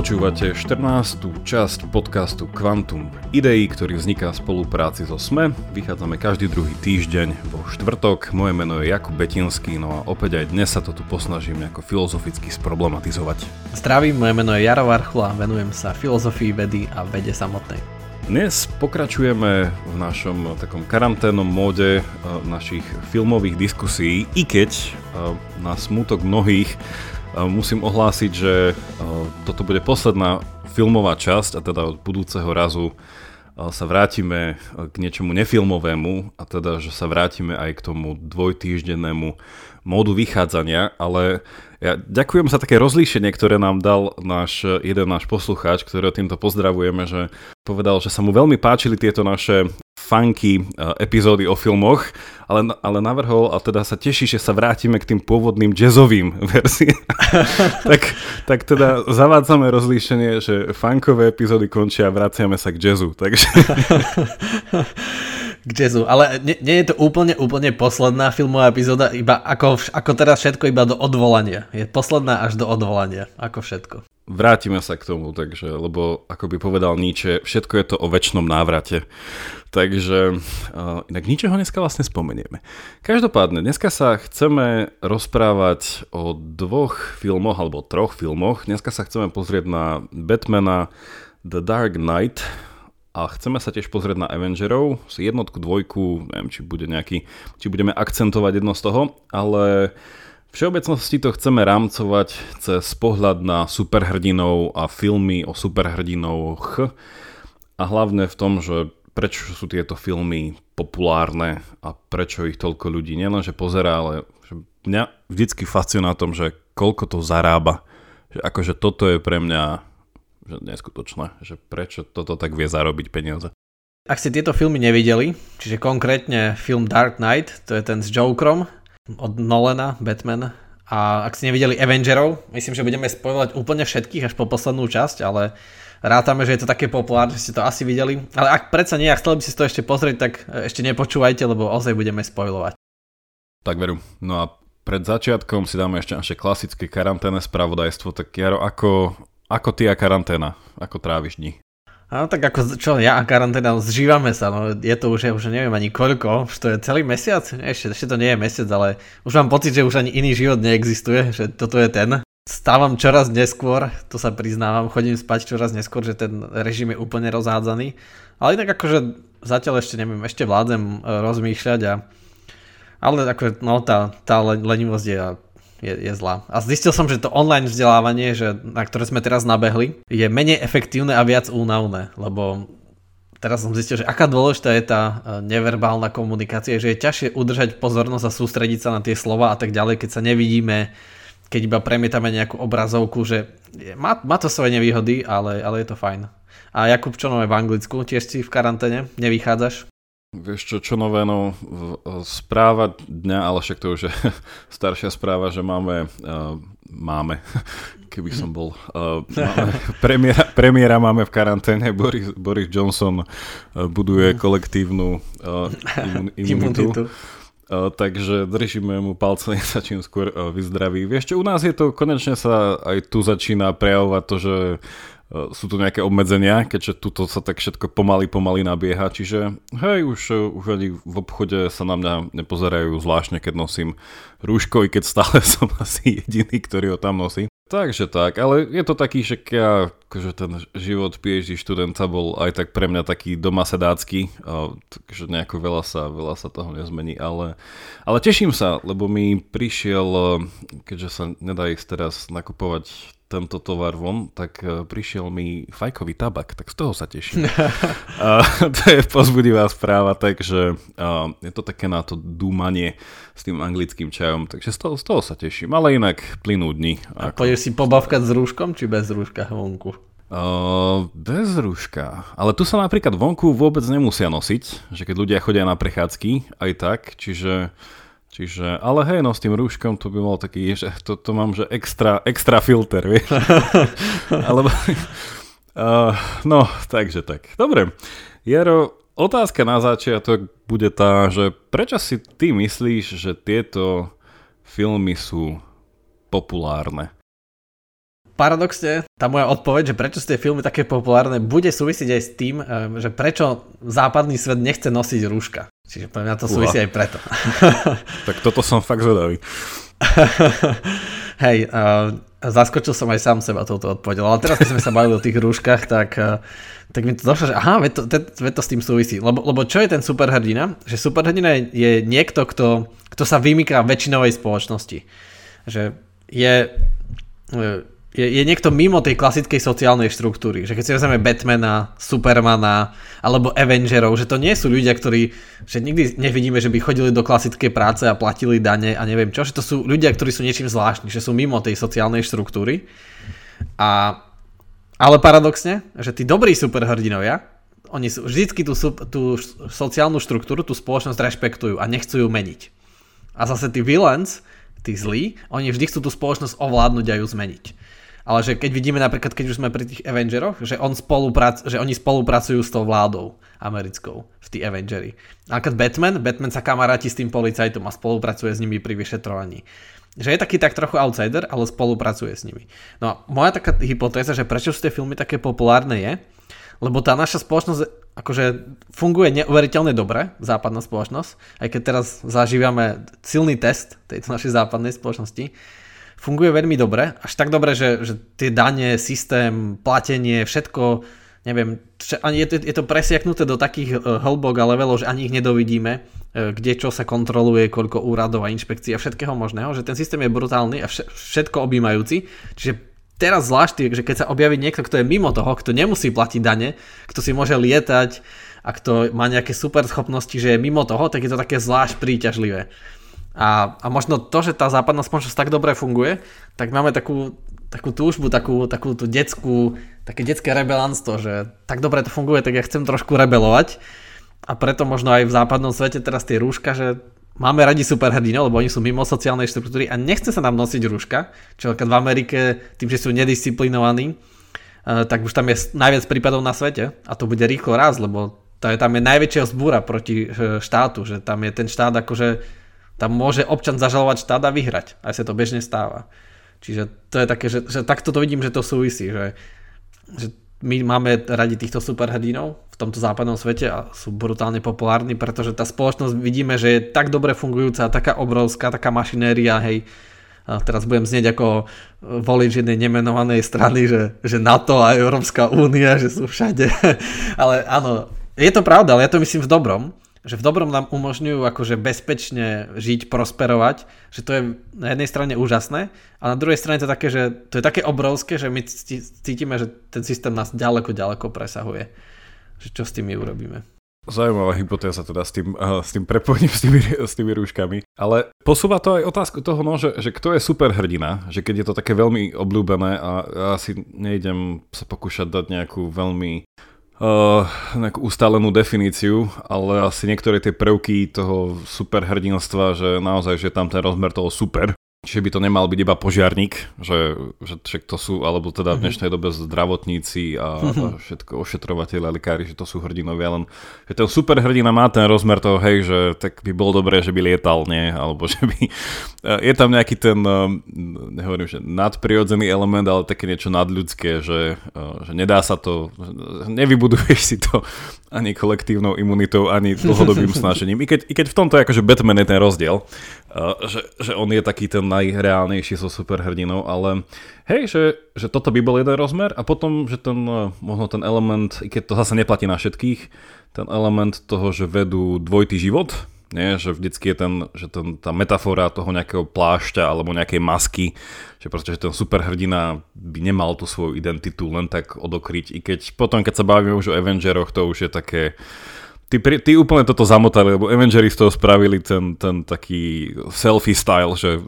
Počúvate 14. časť podcastu Quantum ideí, ktorý vzniká v spolupráci so SME. Vychádzame každý druhý týždeň vo štvrtok. Moje meno je Jakub Betinský, no a opäť aj dnes sa to tu posnažím nejako filozoficky sproblematizovať. Zdravím, moje meno je Jaro Varchula, venujem sa filozofii vedy a vede samotnej. Dnes pokračujeme v našom takom karanténnom móde našich filmových diskusí, i keď na smútok mnohých musím ohlásiť, že toto bude posledná filmová časť a teda od budúceho razu sa vrátime k niečomu nefilmovému a teda, že sa vrátime aj k tomu dvojtýždennému módu vychádzania, ale ja ďakujem za také rozlíšenie, ktoré nám dal jeden náš poslucháč, ktorého týmto pozdravujeme, že povedal, že sa mu veľmi páčili tieto naše funky epizódy o filmoch, ale navrhol a teda sa teší, že sa vrátime k tým pôvodným jazzovým verziám. tak teda zavádzame rozlíšenie, že funkové epizódy končia a vraciame sa k jazzu. Takže... K jazzu, ale nie je to úplne posledná filmová epizóda, iba ako teraz všetko iba do odvolania. Je posledná až do odvolania, ako všetko. Vrátime sa k tomu, takže, lebo ako by povedal Nietzsche, všetko je to o večnom návrate. Takže inak ničoho dneska vlastne spomenieme. Každopádne, dneska sa chceme rozprávať o dvoch filmoch, alebo troch filmoch. Dneska sa chceme pozrieť na Batmana The Dark Knight a chceme sa tiež pozrieť na Avengerov, jednotku, dvojku, neviem, či budeme akcentovať jedno z toho, ale v všeobecnosti to chceme rámcovať cez pohľad na superhrdinov a filmy o superhrdinoch a hlavne v tom, že prečo sú tieto filmy populárne a prečo ich toľko ľudí nielenže pozerá, ale že mňa vždycky fascinuje na tom, že koľko to zarába. Že akože toto je pre mňa že neskutočné, že prečo toto tak vie zarobiť peniaze. Ak ste tieto filmy nevideli, čiže konkrétne film Dark Knight, to je ten s Jokerom od Nolana, Batman, a ak ste nevideli Avengerov, myslím, že budeme spoilovať úplne všetkých až po poslednú časť, ale rátame, že je to také populárne, že ste to asi videli, ale ak predsa nie a chceli by si to ešte pozrieť, tak ešte nepočúvajte, lebo ozaj budeme spoilovať. Tak veru. No a pred začiatkom si dáme ešte naše klasické karanténne spravodajstvo, tak Jaro, ako ty a karanténa? Ako tráviš dni? No tak ako čo ja a karanténa, zžívame sa, no je to už neviem ani koľko, už to je celý mesiac, ešte to nie je mesiac, ale už mám pocit, že už ani iný život neexistuje, že toto je ten. Stávam čoraz neskôr, to sa priznávam, chodím spať čoraz neskôr, že ten režim je úplne rozhádzaný, ale inak akože zatiaľ ešte neviem, ešte vládzem rozmýšľať ale akože no tá lenivosť je zlá. A zistil som, že to online vzdelávanie, na ktoré sme teraz nabehli, je menej efektívne a viac únavné, lebo teraz som zistil, že aká dôležitá je tá neverbálna komunikácia, že je ťažšie udržať pozornosť a sústrediť sa na tie slova a tak ďalej, keď sa nevidíme, keď iba premietame nejakú obrazovku, že má to svoje nevýhody, ale je to fajn. A Jakub, čo nové v Anglicku? Tiež si v karanténe? Nevychádzaš? Vieš čo nové, no správa dňa, ale však to už je staršia správa, že máme keby som bol premiéra máme v karanténe, Boris Johnson buduje kolektívnu imunitu. Takže držíme mu palce, nech sa čím skôr vyzdraví. Vieš čo, u nás je to, konečne sa aj tu začína prejavovať to, že sú tu nejaké obmedzenia, keďže tuto sa tak všetko pomaly nabieha, čiže hej, už ani v obchode sa na mňa nepozerajú zvláštne, keď nosím rúško, i keď stále som asi jediný, ktorý ho tam nosí. Takže tak, ale je to taký, že akože ten život PhD študenta bol aj tak pre mňa taký doma sedácky, takže nejako veľa sa toho nezmení, ale teším sa, lebo mi prišiel, keďže sa nedá ísť teraz nakupovať tento tovar von, tak prišiel mi fajkový tabak, tak z toho sa teším. To je povzbudivá správa, takže je to také na to dúmanie s tým anglickým čajom, takže z toho sa teším, ale inak plynú dni. A pôjdeš si pobavkať s rúškom, či bez rúška vonku? Bez rúška, ale tu sa napríklad vonku vôbec nemusia nosiť, že keď ľudia chodia na prechádzky, aj tak, čiže, ale hej, no s tým rúškom to by mal taký, že to mám, že extra filter, vieš. Alebo, no, takže tak. Dobre, Jaro, otázka na začiatok bude tá, že prečo si ty myslíš, že tieto filmy sú populárne? paradoxne, tá moja odpoveď, že prečo sú tie filmy také populárne, bude súvisieť aj s tým, že prečo západný svet nechce nosiť rúška. Čiže pre mňa to súvisí aj preto. Tak toto som fakt zvedavý. Hej, zaskočil som aj sám seba touto odpovedou, ale teraz, keď sme sa bavili o tých rúškach, tak mi to došlo, že aha, veď to s tým súvisí. Lebo čo je ten superhrdina? Že superhrdina je niekto, kto sa vymýka väčšinovej spoločnosti. Že je niekto mimo tej klasickej sociálnej štruktúry. Že keď si vezmeme Batmana, Supermana alebo Avengerov, že to nie sú ľudia, ktorí, že nikdy nevidíme, že by chodili do klasickej práce a platili dane a neviem čo, že to sú ľudia, ktorí sú niečím zvláštni, že sú mimo tej sociálnej štruktúry. Ale paradoxne, že tí dobrí superhrdinovia, oni sú vždycky tú sociálnu štruktúru, tú spoločnosť rešpektujú a nechcú ju meniť. A zase tí villains, tí zlí, oni vždy chcú tú spoločnosť ovládnuť a ju zmeniť. Ale že keď vidíme napríklad, keď už sme pri tých Avengeroch, že oni spolupracujú s tou vládou americkou v tí Avengeri. Napríklad Batman sa kamaráti s tým policajtom a spolupracuje s nimi pri vyšetrovaní. Že je taký tak trochu outsider, ale spolupracuje s nimi. No a moja taká hypotéza, že prečo sú tie filmy také populárne je, lebo tá naša spoločnosť akože funguje neuveriteľne dobre, západná spoločnosť, aj keď teraz zažívame silný test tejto našej západnej spoločnosti, funguje veľmi dobre, až tak dobre, že tie dane, systém, platenie, všetko, neviem, je to presiaknuté do takých hĺbok a levelov, že ani ich nedovidíme, kde čo sa kontroluje, koľko úradov a inšpekcií a všetkého možného, že ten systém je brutálny a všetko objímajúci, čiže teraz zvlášť, že keď sa objaví niekto, kto je mimo toho, kto nemusí platiť dane, kto si môže lietať a kto má nejaké super schopnosti, že je mimo toho, tak je to také zvlášť príťažlivé. A možno to, že tá západná spoločnosť tak dobre funguje, tak máme takú túžbu, takú tú také detské rebelánstvo, že tak dobre to funguje, tak ja chcem trošku rebelovať. A preto možno aj v západnom svete teraz tie rúška, že máme radi superhrdinov, lebo oni sú mimo sociálnej štruktúry a nechce sa nám nosiť rúška, čo v Amerike, tým, že sú nedisciplinovaní, tak už tam je najviac prípadov na svete a to bude rýchlo raz, lebo tam je najväčšia vzbúra proti štátu, že tam je ten štát akože tam môže občan zažalovať štát a vyhrať. Aj sa to bežne stáva. Čiže to je také, že takto to vidím, že to súvisí. Že my máme radi týchto superhrdinov v tomto západnom svete a sú brutálne populárni, pretože tá spoločnosť vidíme, že je tak dobre fungujúca, taká obrovská, taká mašinéria, hej. A teraz budem znieť ako volič jednej nemenovanej strany, že NATO a Európska únia, že sú všade. Ale áno, je to pravda, ale ja to myslím v dobrom. Že v dobrom nám umožňujú akože bezpečne žiť, prosperovať, že to je na jednej strane úžasné a na druhej strane to je také, že to je také obrovské, že my cítime, že ten systém nás ďaleko presahuje. Že čo s tým my urobíme. Zaujímavá hypotéza teda s tým prepojením s tými rúškami. Ale posúva to aj otázku toho, no, že kto je superhrdina, že keď je to také veľmi obľúbené a ja si nejdem sa pokúšať dať nejakú veľmi nejakú ustálenú definíciu, ale asi niektoré tie prvky toho superhrdinstva, že naozaj, že tam ten rozmer toho super, čiže by to nemal byť iba požiarník, že to sú, alebo teda v dnešnej dobe zdravotníci a všetko ošetrovateľi, lekári, že to sú hrdinovia, len že ten superhrdina má ten rozmer toho, hej, že tak by bolo dobré, že by lietal, nie? Alebo že by je tam nejaký ten, nehovorím, že nadprirodzený element, ale také niečo nadľudské, že nedá sa to, nevybuduješ si to ani kolektívnou imunitou, ani dlhodobým snažením. I keď v tomto je akože Batman je ten rozdiel, že on je taký ten najreálnejší so superhrdinou, ale hej, že toto by bol jeden rozmer a potom, že možno ten element, i keď to zase neplatí na všetkých, ten element toho, že vedú dvojitý život, nie? Že vždycky je tá metafora toho nejakého plášťa alebo nejakej masky, že proste, že ten superhrdina by nemal tú svoju identitu len tak odokryť, i keď potom, keď sa bavíme už o Avengeroch, to už je také. Ty úplne toto zamotali, lebo Avengers z toho spravili ten taký selfie style, že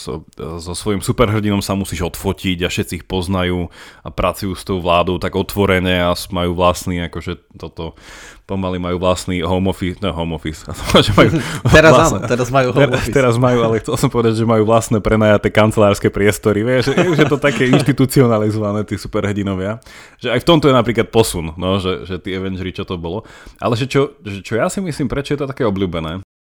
so svojím superhrdinom sa musíš odfotiť a všetci ich poznajú a pracujú s tou vládou tak otvorene a majú vlastný, akože toto, pomaly majú vlastný home office. Teraz majú home office. Teraz majú, ale chcel som povedať, že majú vlastné prenajaté kancelárske priestory, vieš, že je to také inštitucionalizované, tí superhrdinovia, že aj v tomto je napríklad posun, no, že tí Avengers, čo to bolo, ale že čo ja si myslím, prečo je to také obľúbené,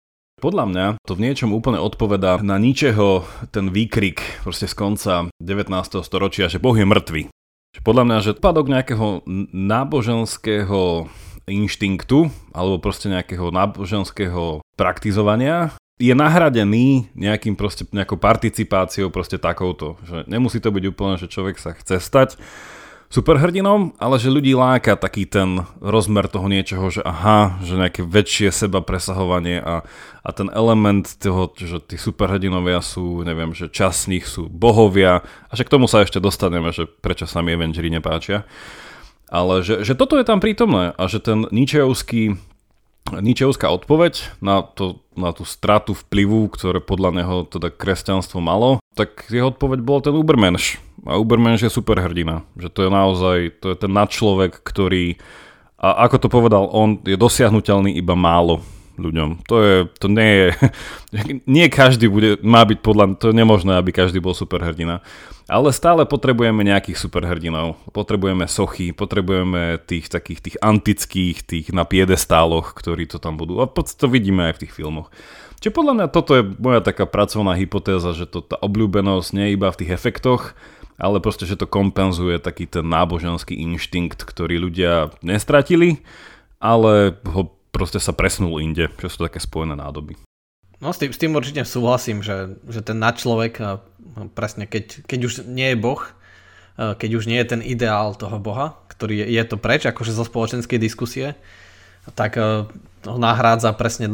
Podľa mňa to v niečom úplne odpovedá na ničeho ten výkrik proste z konca 19. storočia, že Boh je mŕtvy. Podľa mňa, že padok nejakého náboženského inštinktu alebo proste nejakého náboženského praktizovania je nahradený nejakou participáciou proste takouto. Že nemusí to byť úplne, že človek sa chce stať superhrdinom, ale že ľudí láka taký ten rozmer toho niečoho, že aha, že nejaké väčšie seba presahovanie a ten element toho, že tí superhrdinovia sú, neviem, že časť z nich sú bohovia a že k tomu sa ešte dostaneme, že prečo sa mi Avengeri nepáčia. Ale že toto je tam prítomné a že ten Nietzscheovská odpoveď na tú stratu vplyvu, ktoré podľa neho teda kresťanstvo malo, tak jeho odpoveď bol ten Ubermensch. A Ubermensch je superhrdina. Že to je naozaj, to je ten nadčlovek, ktorý, a ako to povedal on, je dosiahnuteľný iba málo ľuďom. To nie je, nie každý má byť to je nemožné, aby každý bol superhrdina. Ale stále potrebujeme nejakých superhrdinov. Potrebujeme sochy, potrebujeme tých antických, tých na piedestáloch, ktorí to tam budú. A to vidíme aj v tých filmoch. Čiže podľa mňa toto je moja taká pracovná hypotéza, že tá obľúbenosť nie je iba v tých efektoch, ale proste, že to kompenzuje taký ten náboženský inštinkt, ktorý ľudia nestratili, ale ho proste sa presnul inde, čo sú také spojené nádoby. No s tým určite súhlasím, že ten nadčlovek, presne keď už nie je Boh, keď už nie je ten ideál toho Boha, ktorý je to preč, akože zo spoločenskej diskusie, tak ho nahrádza presne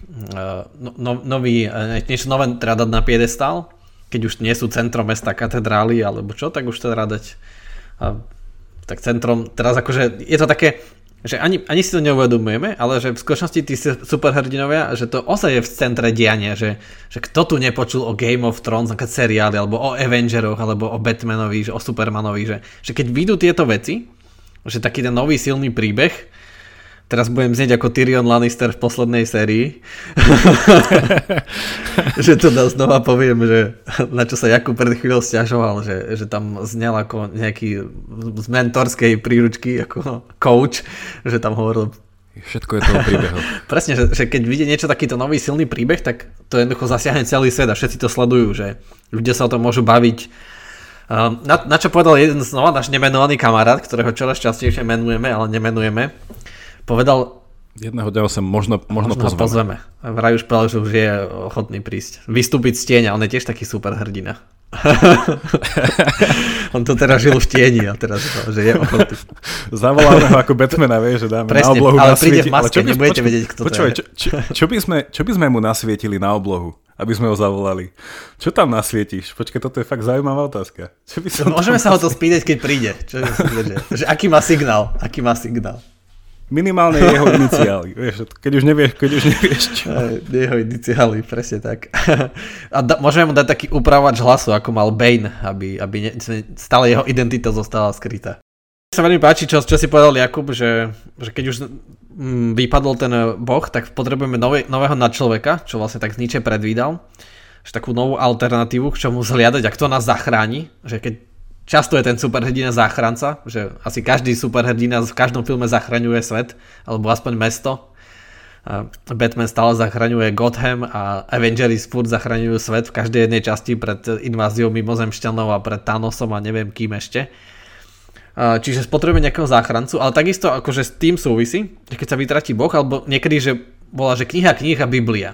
niečo nové teda dať na piedestál, keď už nie sú centrom mesta, katedrály alebo čo, tak už teda dať tak centrom, teraz akože je to také, že ani si to neuvedomujeme, ale že v skutočnosti tí superhrdinovia, že to ozaj je v centre diania, že kto tu nepočul o Game of Thrones, ako seriály, alebo o Avengeroch, alebo o Batmanovi, že o Supermanovi, že keď vyjdú tieto veci, že taký ten nový silný príbeh, teraz budem znieť ako Tyrion Lannister v poslednej sérii, že to znova poviem, že na čo sa Jakub pred chvíľou sťažoval, že tam znel ako nejaký z mentorskej príručky, ako coach, že tam hovoril všetko je toho príbehu. Presne, že keď vidie niečo takýto nový silný príbeh, tak to jednoducho zasiahne celý svet a všetci to sledujú, že ľudia sa o tom môžu baviť. Na čo povedal jeden znova náš nemenovaný kamarát, ktorého čoraz častejšie menujeme, ale nemenujeme, povedal... Jedného dňa sa možno pozveme. Vraj už povedal, že už je ochotný prísť. Vystúpiť z tieňa, on je tiež taký super hrdina. On to teraz žil v tieni a teraz že je ochotný. Zavoláme ho ako Batmana, vieš, že dáme presne, na oblohu ale nasvietiť. príde v maske, nebudete vedieť, kto to je. Čo by sme mu nasvietili na oblohu, aby sme ho zavolali? Čo tam nasvietíš? Počkaj, toto je fakt zaujímavá otázka. Môžeme sa ho to spýtať, keď príde. Že aký má signál? Minimálne jeho iniciály. Vieš, keď už nevieš čo. Jeho iniciály, presne tak. A môžeme mu dať taký upravovač hlasu, ako mal Bane, aby stále jeho identita zostala skrytá. Sa veľmi páči, čo si povedal Jakub, že keď už vypadol ten boh, tak potrebujeme nového nadčloveka, čo vlastne tak Nietzsche predvídal. Že takú novú alternatívu, k čomu zhliadať a kto nás zachráni. Že keď často je ten superhrdina záchranca, že asi každý superhrdina v každom filme zachraňuje svet, alebo aspoň mesto. Batman stále zachraňuje Gotham a Avengers furt zachraňujú svet v každej jednej časti pred inváziou mimozemšťanov a pred Thanosom a neviem kým ešte. Čiže potrebujeme nejakého záchrancu, ale takisto akože s tým súvisí, že keď sa vytratí Boh, alebo niekedy, že bola, že kniha a Biblia.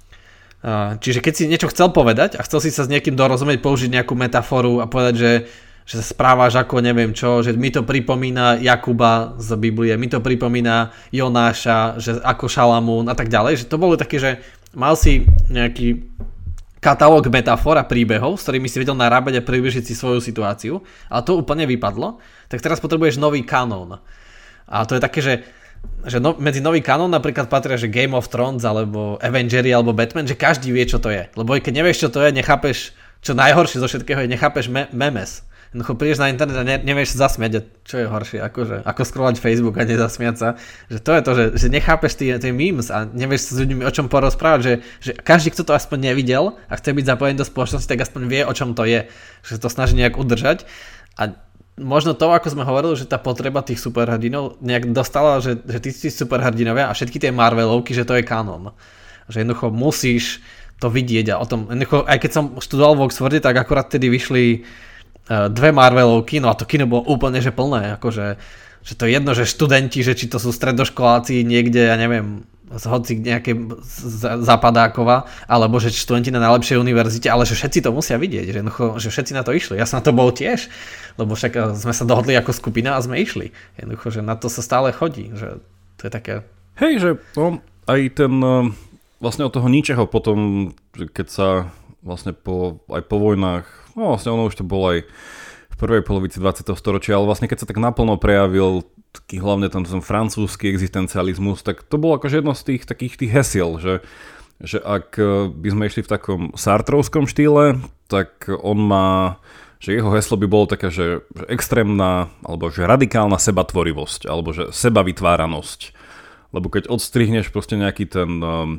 Čiže keď si niečo chcel povedať a chcel si sa s niekým dorozumieť, použiť nejakú metaforu a povedať, že sa správaš ako neviem čo, že mi to pripomína Jakuba z Biblie, mi to pripomína Jonáša, že ako Šalamún a tak ďalej, že to bolo také, že mal si nejaký katalóg metafor a príbehov, s ktorými si vedel narábať a približiť si svoju situáciu, ale to úplne vypadlo, tak teraz potrebuješ nový kanón. A to je také, že medzi nový kanón napríklad patria, že Game of Thrones alebo Avengers alebo Batman, že každý vie, čo to je. Lebo keď nevieš, čo to je, nechápeš, čo najhoršie zo všetkého je, nechápeš memes. Prídeš na internet a nevieš sa zasmiať, a čo je horšie, ako scrollovať Facebook a nezasmiať sa. Že to je to, že nechápeš tie memes a nevieš sa s ľuďmi o čom porozprávať, že každý, kto to aspoň nevidel a chce byť zapojený do spoločnosti, tak aspoň vie, o čom to je. Že to snaží nejak udržať. A možno to, ako sme hovorili, že tá potreba tých superhrdinov nejak dostala, že tí superhrdinovia a všetky tie Marvelovky, že to je kanon. Že jednoducho musíš to vidieť a o tom, aj keď som študoval v Oxforde, tak akurát tedy vyšli 2 Marvelovky, no a to kino bolo úplne že plné, akože že to je jedno, že študenti, že či to sú stredoškoláci niekde, ja neviem, z hoci nejaké Západákova, alebo že študenti na najlepšej univerzite, ale že všetci to musia vidieť, že všetci na to išli. Ja som na to bol tiež, lebo však sme sa dohodli ako skupina a sme išli. Jednoducho, že na to sa stále chodí, že to je také... Hej, že no, aj ten vlastne od toho ničeho potom, keď sa vlastne aj po vojnách, no vlastne ono už to bolo aj v prvej polovici 20. storočia, ale vlastne keď sa tak naplno prejavil taký hlavne ten francúzsky existencializmus, tak to bolo akože jedno z tých takých tých hesiel, že ak by sme išli v takom sartrovskom štýle, tak on má, že jeho heslo by bolo také, že extrémna, alebo že radikálna sebatvorivosť, alebo že sebavytváranosť. Lebo keď odstrihneš proste nejaký ten,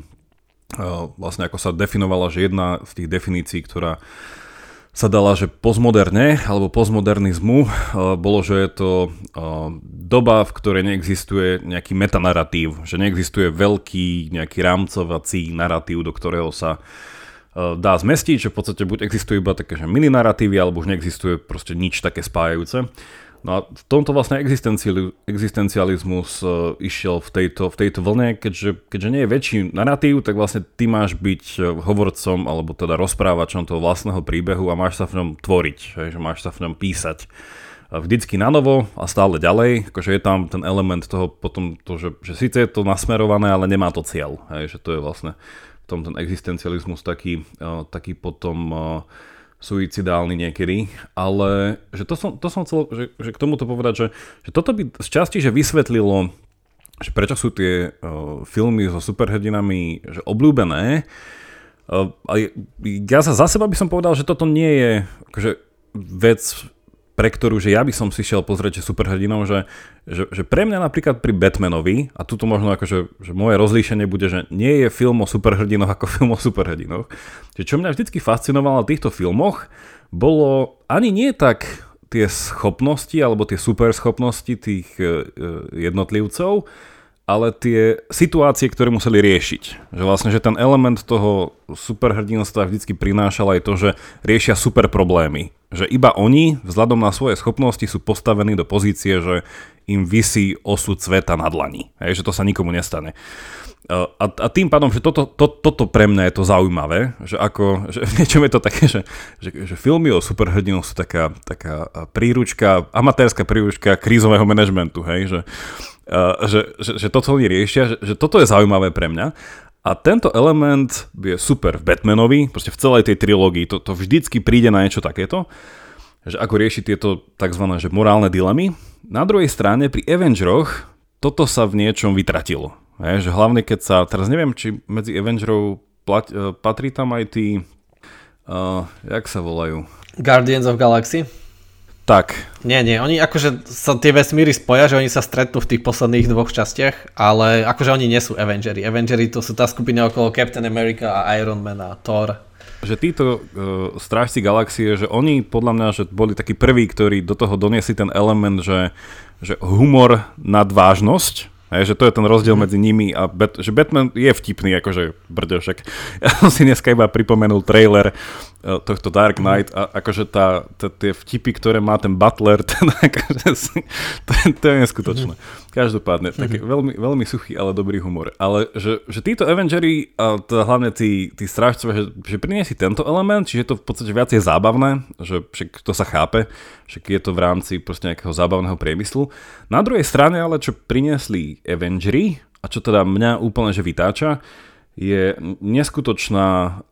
vlastne ako sa definovala, že jedna z tých definícií, ktorá sa dala, že postmoderne alebo postmodernizmu bolo, že je to doba, v ktorej neexistuje nejaký metanaratív, že neexistuje veľký nejaký rámcovací naratív, do ktorého sa dá zmestiť, že v podstate buď existuje iba také, že mini naratívy, alebo už neexistuje proste nič také spájajúce. No a v tomto vlastne existencializmus išiel v tejto vlne, keďže nie je väčší naratív, tak vlastne ty máš byť hovorcom alebo teda rozprávačom toho vlastného príbehu a máš sa v ňom tvoriť, že máš sa v ňom písať vždycky na novo a stále ďalej, akože je tam ten element toho potom, že síce je to nasmerované, ale nemá to cieľ, že to je vlastne v tom ten existencializmus taký potom suicidálny niekedy, ale že to som chcel, že k tomuto povedať, že toto by z časti že vysvetlilo, že prečo sú tie filmy so superhrdinami že obľúbené. Ja za seba by som povedal, že toto nie je akože vec, pre ktorú, že ja by som si šiel pozrieť superhrdinov, že pre mňa napríklad pri Batmanovi, a tuto možno akože, že moje rozlíšenie bude, že nie je film o superhrdinoch ako film o superhrdinoch. Že čo mňa vždycky fascinovalo na týchto filmoch, bolo ani nie tak tie schopnosti, alebo tie superschopnosti tých jednotlivcov, ale tie situácie, ktoré museli riešiť. Že vlastne, že ten element toho superhrdinstva vždycky prinášal aj to, že riešia super problémy. Že iba oni, vzhľadom na svoje schopnosti, sú postavení do pozície, že im visí osud sveta na dlani. Že to sa nikomu nestane. A tým pádom, že toto pre mňa je to zaujímavé, že v niečom je to také, že filmy o superhrdinoch sú taká príručka, amatérska príručka krízového manažmentu, hej, že toto oni riešia, že toto je zaujímavé pre mňa. A tento element je super v Batmanovi, proste v celej tej trilógii, to vždycky príde na niečo takéto, že ako rieši tieto takzvané že morálne dilemy. Na druhej strane pri Avengeroch toto sa v niečom vytratilo. Že hlavne keď sa, teraz neviem, či medzi Avengerov patrí tam aj tí, jak sa volajú? Guardians of Galaxy? Tak. Nie, oni akože sa tie vesmíry spoja, že oni sa stretnú v tých posledných 2 častiach, ale akože oni nie sú Avengeri. Avengeri to sú tá skupina okolo Captain America a Iron Man a Thor. Že títo strážci galaxie, že oni podľa mňa, že boli takí prví, ktorí do toho doniesli ten element, že humor nad vážnosť. Že to je ten rozdiel medzi nimi a že Batman je vtipný, akože brďošek. Ja som si dneska iba pripomenul trailer tohto Dark Knight a akože tie vtipy, ktoré má ten Butler, to je neskutočné. Každopádne, taký veľmi, veľmi suchý, ale dobrý humor. Ale že títo Avengeri a teda hlavne tí strážcovia, že priniesli tento element, čiže je to v podstate viacej zábavné, že to sa chápe, že je to v rámci proste nejakého zábavného priemyslu. Na druhej strane ale, čo priniesli Avengeri, a čo teda mňa úplne že vytáča, je neskutočná,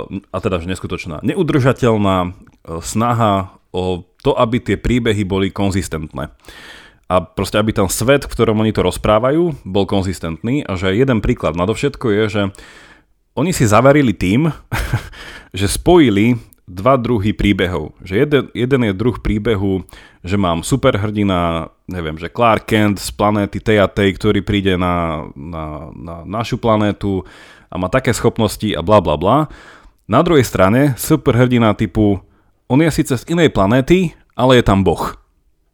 neudržateľná snaha o to, aby tie príbehy boli konzistentné. A proste, aby ten svet, v ktorom oni to rozprávajú, bol konzistentný. A že jeden príklad nadovšetko je, že oni si zaverili tým, že spojili 2 druhy príbehov. Že jeden je druh príbehu, že mám superhrdina, neviem, že Clark Kent z planéty tej a tej, ktorý príde na našu planétu a má také schopnosti a bla bla bla. Na druhej strane superhrdina typu, on je síce z inej planéty, ale je tam boh.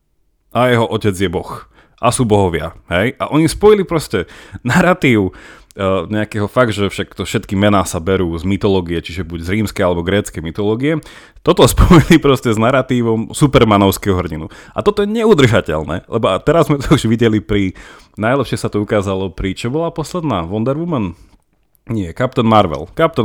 A jeho otec je boh. A sú bohovia. Hej? A oni spojili proste naratív nejakého fakt, že však to všetky mená sa berú z mytológie, čiže buď z rímskej alebo gréckej mytológie. Toto spomenuli proste s naratívom supermanovského hrdinu. A toto je neudržateľné, lebo teraz sme to už videli najlepšie sa to ukázalo čo bola posledná? Wonder Woman? Nie, Captain Marvel.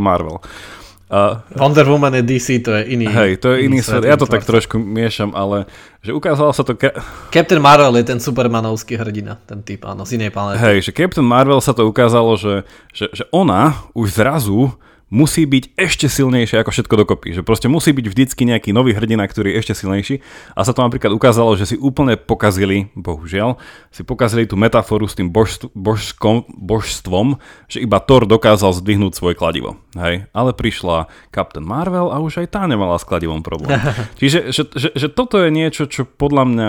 Wonder Woman je DC, to je iný. Hej, to je iný svet. Ja to tak trošku miešam, ale že ukázalo sa to... Captain Marvel je ten supermanovský hrdina, ten typ, áno, z inej planéty. Hej, že Captain Marvel sa to ukázalo, že ona už zrazu musí byť ešte silnejšia ako všetko dokopy. Že proste musí byť vždycky nejaký nový hrdina, ktorý je ešte silnejší. A sa to napríklad ukázalo, že si úplne pokazili, bohužiaľ, tú metaforu s tým božstvom, že iba Thor dokázal zdvihnúť svoje kladivo. Hej. Ale prišla Captain Marvel a už aj tá nemala s kladivom problém. Čiže že toto je niečo, čo podľa mňa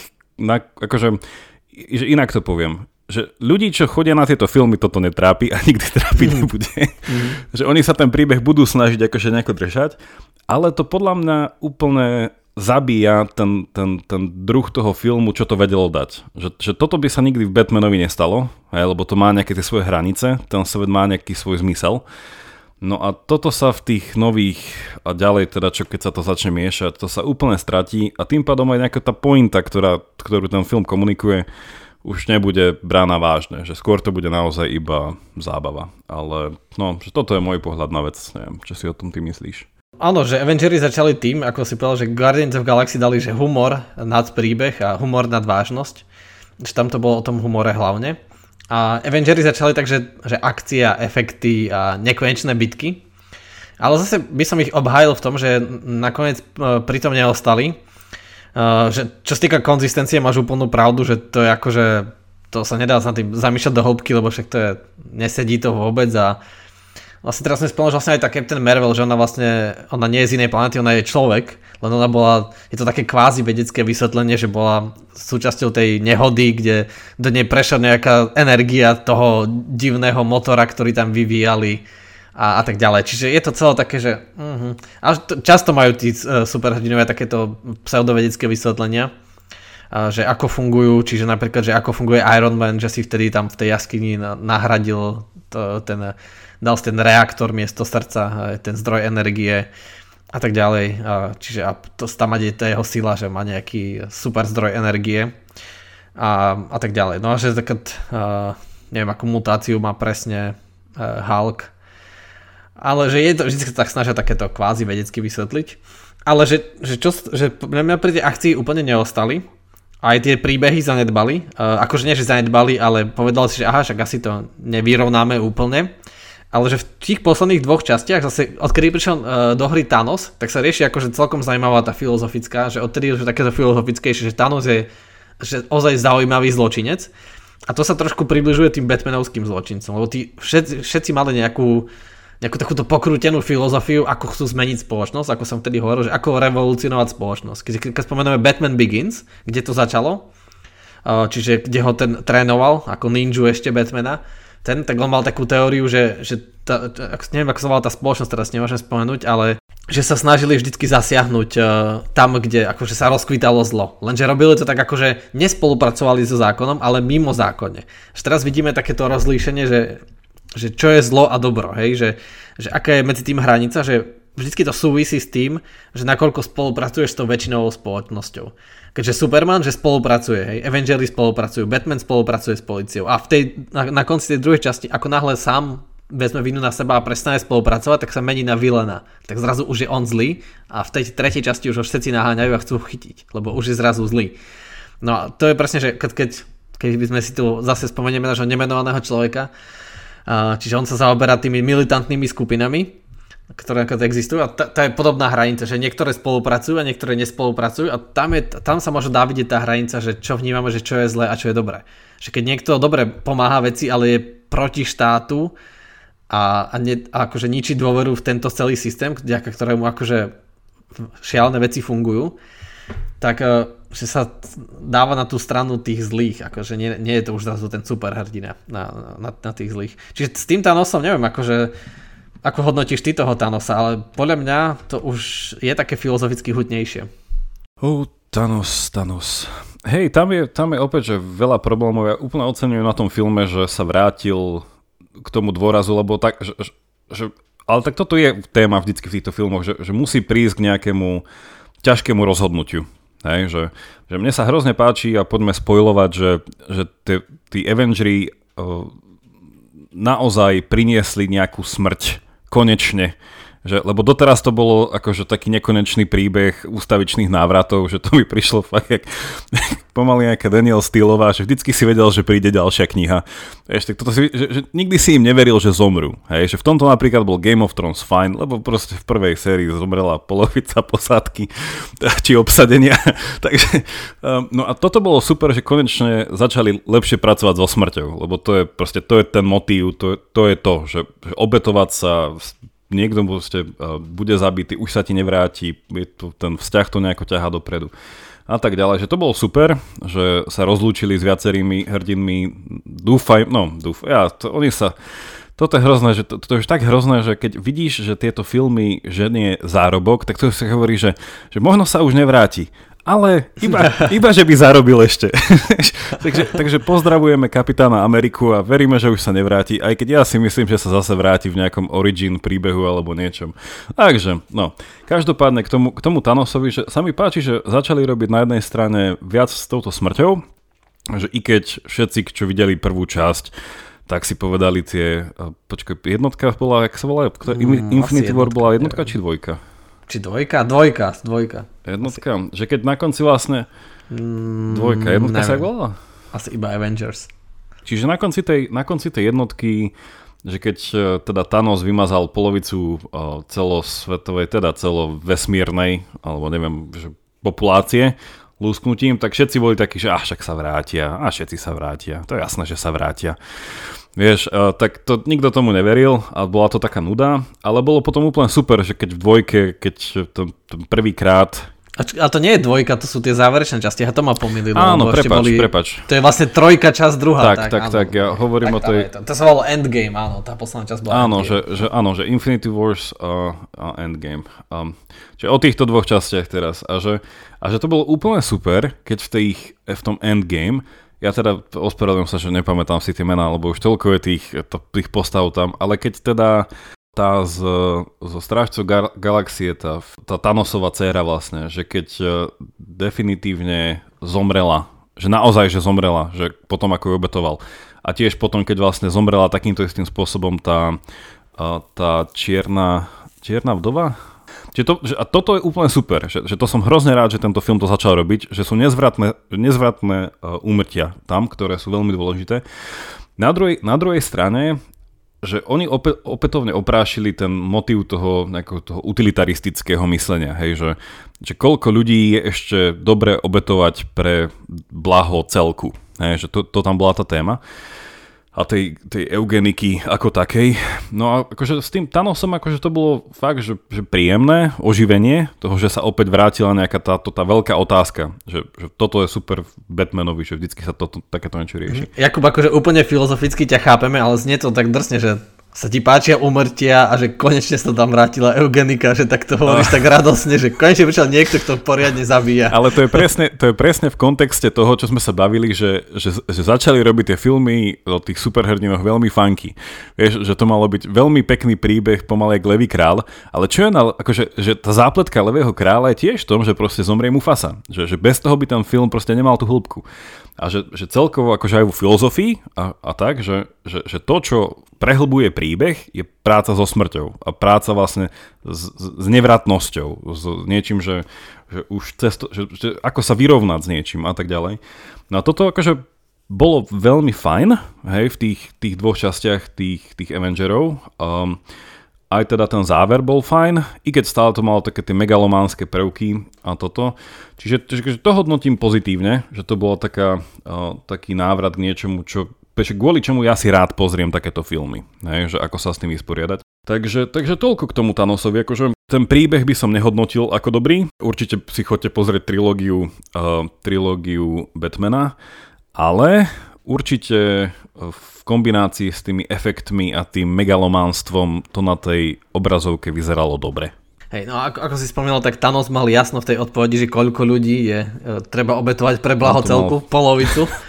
že inak to poviem, že ľudí, čo chodia na tieto filmy, toto netrápi a nikdy trápiť nebude. Že oni sa ten príbeh budú snažiť akože nejako držať, ale to podľa mňa úplne zabíja ten druh toho filmu, čo to vedelo dať. Že toto by sa nikdy v Batmanovi nestalo, lebo to má nejaké tie svoje hranice, ten svet má nejaký svoj zmysel. No a toto sa v tých nových a ďalej teda, čo keď sa to začne miešať, to sa úplne stratí a tým pádom aj nejaká tá pointa, ktorú ten film komunikuje, už nebude brána vážne, že skôr to bude naozaj iba zábava. Ale že toto je môj pohľad na vec, neviem, čo si o tom ty myslíš. Áno, že Avengers začali tým, ako si povedal, že Guardians of Galaxy dali, že humor nad príbeh a humor nad vážnosť. Že tam to bolo o tom humore hlavne. A Avengers začali tak, že akcia, efekty a nekonečné bitky. Ale zase by som ich obhájil v tom, že nakoniec pri tom neostali. Že čo sa týka konzistencie, máš úplnú pravdu, že to je akože, to sa nedá sa tým zamýšľať do hĺbky, lebo však to je, nesedí to vôbec a vlastne teraz sme spomenuli, že vlastne aj tá Captain Marvel, že ona nie je z inej planety, ona je človek, len ona bola, je to také kvázi vedecké vysvetlenie, že bola súčasťou tej nehody, kde do nej prešla nejaká energia toho divného motora, ktorý tam vyvíjali a tak ďalej. Čiže je to celé také, že a často majú tí superhrdinovia takéto pseudovedecké vysvetlenia, že ako fungujú, čiže napríklad, že ako funguje Iron Man, že si vtedy tam v tej jaskyni nahradil dal si ten reaktor miesto srdca, ten zdroj energie a tak ďalej. Čiže to tam je tá jeho sila, že má nejaký super zdroj energie a tak ďalej. No a že taká, neviem, akú mutáciu má presne Hulk. Ale že je to, vždy sa tak snažia takéto kvázi vedecky vysvetliť. Ale že mňa pri tej akcii úplne neostali. Aj tie príbehy zanedbali. Akože nie, že zanedbali, ale povedali si, že aha, však asi to nevyrovnáme úplne. Ale že v tých posledných dvoch častiach, zase odkedy prišiel do hry Thanos, tak sa rieši akože celkom zaujímavá tá filozofická, že odtedy už takéto filozofickejšie, že Thanos je že ozaj zaujímavý zločinec. A to sa trošku približuje tým Batmanovským zločincom, lebo tí všetci mali nejakú takúto pokrútenú filozofiu, ako chcú zmeniť spoločnosť, ako som vtedy hovoril, že ako revolucionovať spoločnosť. Keď spomenieme Batman Begins, kde to začalo, čiže kde ho ten trénoval, ako ninju ešte Batmana, tak on mal takú teóriu, že neviem, ako sa volala tá spoločnosť, teraz nemôžem spomenúť, ale že sa snažili vždycky zasiahnuť tam, kde akože sa rozkvítalo zlo. Lenže robili to tak, akože nespolupracovali so zákonom, ale mimo zákonne. Že teraz vidíme takéto rozlíšenie, že čo je zlo a dobro, hej, že aká je medzi tým hranica, že vždycky to súvisí s tým, že nakoľko spolupracuješ s tou väčšinovou spoločnosťou. Keďže Superman, že spolupracuje, hej, Avengers spolupracujú, Batman spolupracuje s políciou a na konci tej druhej časti, ako náhle sám vezme vinu na seba a prestane spolupracovať, tak sa mení na vilena. Tak zrazu už je on zlý a v tej tretej časti už ho všetci naháňajú a chcú chytiť, lebo už je zrazu zlý. No a to je presne, že keď by sme si tu zase spomenieme nášho nemenovaného človeka, čiže on sa zaoberá tými militantnými skupinami, ktoré existujú a tá je podobná hranica, že niektoré spolupracujú a niektoré nespolupracujú a tam sa môže dá vidieť tá hranica, že čo vnímame, že čo je zlé a čo je dobré. Že keď niekto dobre pomáha veci, ale je proti štátu a akože ničí dôveru v tento celý systém, vďaka ktorému akože šialené veci fungujú, tak že sa dáva na tú stranu tých zlých, akože nie je to už zrazu ten super hrdina na tých zlých. Čiže s tým Thanosom neviem, akože ako hodnotíš ty toho Thanosa, ale podľa mňa to už je také filozoficky hutnejšie. Thanos. Hej, tam je opäť, že veľa problémov. Ja úplne oceňujem na tom filme, že sa vrátil k tomu dôrazu, lebo tak, ale tak toto je téma vždycky v týchto filmoch, že musí prísť k nejakému ťažkému rozhodnutiu. Hej, že mne sa hrozne páči a poďme spoilovať, že tí Avengeri naozaj priniesli nejakú smrť konečne. Lebo doteraz to bolo akože taký nekonečný príbeh ústavičných návratov, že to mi prišlo fakt jak pomaly nejaká Daniel Steelová, že vždycky si vedel, že príde ďalšia kniha. Ešte toto že nikdy si im neveril, že zomrú. Hej, že v tomto napríklad bol Game of Thrones fajn, lebo proste v prvej sérii zomrela polovica posádky či obsadenia. Takže, no a toto bolo super, že konečne začali lepšie pracovať so smrťou, lebo to je ten motív, to je to, že obetovať sa, niekto bude zabitý, už sa ti nevráti, ten vzťah to nejako ťahá dopredu a tak ďalej, že to bolo super, že sa rozlúčili s viacerými hrdinmi, toto je hrozné, že to je tak hrozné, že keď vidíš, že tieto filmy ženie zárobok, tak to sa hovorí, že možno sa už nevráti. Ale iba že by zarobil ešte. takže pozdravujeme Kapitána Ameriku a veríme, že už sa nevráti, aj keď ja si myslím, že sa zase vráti v nejakom origin príbehu alebo niečom. Takže, no, každopádne k tomu Thanosovi, že sa mi páči, že začali robiť na jednej strane viac s touto smrťou, že i keď všetci, čo videli prvú časť, tak si povedali jednotka bola, jak sa volá, Infinity War bola jednotka či dvojka? Či dvojka? Dvojka. Jednotka? Že keď na konci vlastne dvojka, jednotka sa jak volala? Asi iba Avengers. Čiže na konci tej jednotky, že keď teda Thanos vymazal polovicu celosvetovej, teda celovesmírnej, alebo neviem, že populácie lúsknutím, tak všetci boli takí, že však sa vrátia, všetci sa vrátia, to je jasné, že sa vrátia. Vieš, tak to nikto tomu neveril a bola to taká nuda, ale bolo potom úplne super, že keď v dvojke, keď to prvýkrát... A to nie je dvojka, to sú tie záverečné časti, a to ma pomýlilo. Áno, prepáč. To je vlastne trojka, časť druhá. Tak, ja hovorím o tej... To sa volalo Endgame, áno, tá posledná časť bola Endgame. Že Infinity Wars a Endgame. Čiže o týchto dvoch častiach teraz. A že to bolo úplne super, keď v tom Endgame. Ja teda ospravedlňujem sa, že nepamätám si tie mená, lebo už toľko je tých postav tam, ale keď teda tá zo Strážcov galaxie, tá Thanosova dcéra vlastne, že keď definitívne zomrela, že naozaj, že zomrela, že potom ako ju obetoval. A tiež potom, keď vlastne zomrela takýmto istým spôsobom tá čierna vdova. A toto je úplne super, že to som hrozne rád, že tento film to začal robiť, že sú nezvratné úmrtia tam, ktoré sú veľmi dôležité. Na druhej strane, že oni opätovne oprášili ten motív toho utilitaristického myslenia, hej, že koľko ľudí je ešte dobre obetovať pre blaho celku, hej, že to tam bola tá téma. A tej eugeniky ako takej. No a akože s tým Thanosom akože to bolo fakt, že príjemné oživenie toho, že sa opäť vrátila nejaká tá veľká otázka, že toto je super v Batmanovi, že vždycky sa takéto niečo rieši. Jakub, akože úplne filozoficky ťa chápeme, ale znie to tak drsne, že sa ti páčia úmrtia a že konečne sa tam vrátila eugenika, že tak to hovoríš tak radosne, že konečne prišiel niekto, kto poriadne zabíja. Ale to je presne v kontexte toho, čo sme sa bavili, že začali robiť tie filmy o tých superhrdinoch veľmi funky. Vieš, že to malo byť veľmi pekný príbeh, pomaly jak Levý král, ale čo je akože, že tá zápletka Levého kráľa je tiež v tom, že proste zomrie Mufasa. Že bez toho by ten film proste nemal tú hĺbku. A že celkovo akože aj vo filozofii a tak, že to, čo prehlbuje príbeh, je práca so smrťou a práca vlastne s nevratnosťou, s niečím, že už že ako sa vyrovnať s niečím a tak ďalej. No a toto akože bolo veľmi fajn, hej, v tých dvoch častiach tých Avengerov. Aj teda ten záver bol fajn, i keď stále to malo také tie megalománske prvky a toto. Čiže to hodnotím pozitívne, že to bolo taký návrat k niečomu, kvôli čomu ja si rád pozriem takéto filmy, hej, že ako sa s tým vysporiadať. Takže toľko k tomu Thanosovi, akože ten príbeh by som nehodnotil ako dobrý. Určite si chodte pozrieť trilógiu Batmana, ale určite v kombinácii s tými efektmi a tým megalománstvom to na tej obrazovke vyzeralo dobre. Hej, no ako si spomínal, tak Thanos mal jasno v tej odpovedi, že koľko ľudí je treba obetovať pre blaho celku, polovicu.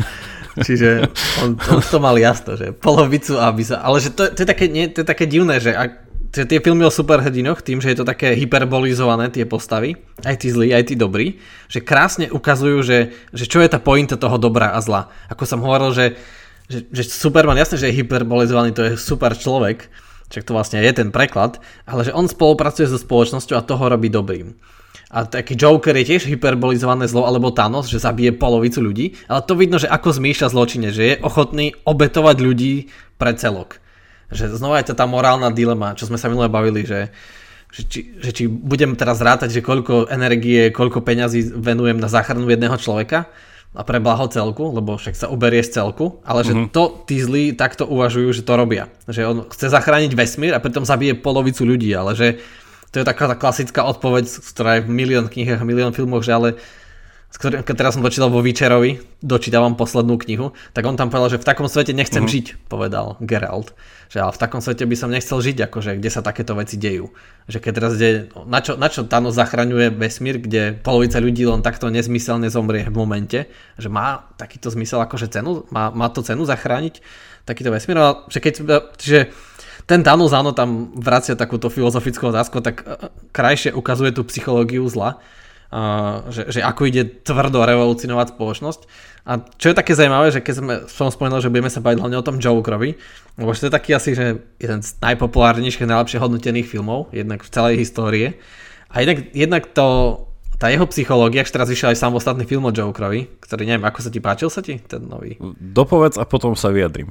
Čiže on to mal jasno, že polovicu, aby sa... Ale že to je také divné, že tie filmy o superhrdinoch, tým, že je to také hyperbolizované, tie postavy, aj tí zlí, aj tí dobrí, že krásne ukazujú, že čo je tá pointa toho dobra a zla. Ako som hovoril, že Superman, jasne, že je hyperbolizovaný, to je super človek, však to vlastne je ten preklad, ale že on spolupracuje so spoločnosťou a toho robí dobrým. A taký Joker je tiež hyperbolizované zlo, alebo Thanos, že zabije polovicu ľudí, ale to vidno, že ako zmýšľa zločine, že je ochotný obetovať ľudí pre celok. Že znova je to tá morálna dilema, čo sme sa minule bavili, že či budem teraz rátať, že koľko energie, koľko peňazí venujem na záchranu jedného človeka a pre blaho celku, lebo však sa uberie z celku, ale že to tí zlí takto uvažujú, že to robia. Že on chce zachrániť vesmír a pritom zabije polovicu ľudí, ale že to je taká tá klasická odpoveď, ktorá je v milión knihách, milión filmoch, že ale keď teraz som dočítal vo Witcherovi, dočítavam poslednú knihu, tak on tam povedal, že v takom svete nechcem žiť, povedal Geralt. Že ale v takom svete by som nechcel žiť, akože kde sa takéto veci dejú. Že keď teraz na čo Thanos zachraňuje vesmír, kde polovica ľudí len takto nezmyselne zomrie v momente, že má takýto zmysel akože cenu, má to cenu zachrániť takýto vesmír, ale že že ten Thanos, áno, tam vracia takúto filozofickú otázku, tak krajšie ukazuje tú psychológiu zla, že ako ide tvrdo revolucionovať spoločnosť. A čo je také zaujímavé, že keď som spomenul, že budeme sa baviť hlavne o tom Jokerovi, lebo to je taký asi, že jeden z najpopulárnejších, najlepšie hodnotených filmov, jednak v celej histórie. A jednak tá jeho psychológia, až teraz vyšiel aj samostatný film o Jokerovi, ktorý neviem, ako sa ti páčil ten nový? Dopovedz a potom sa vyjadrím.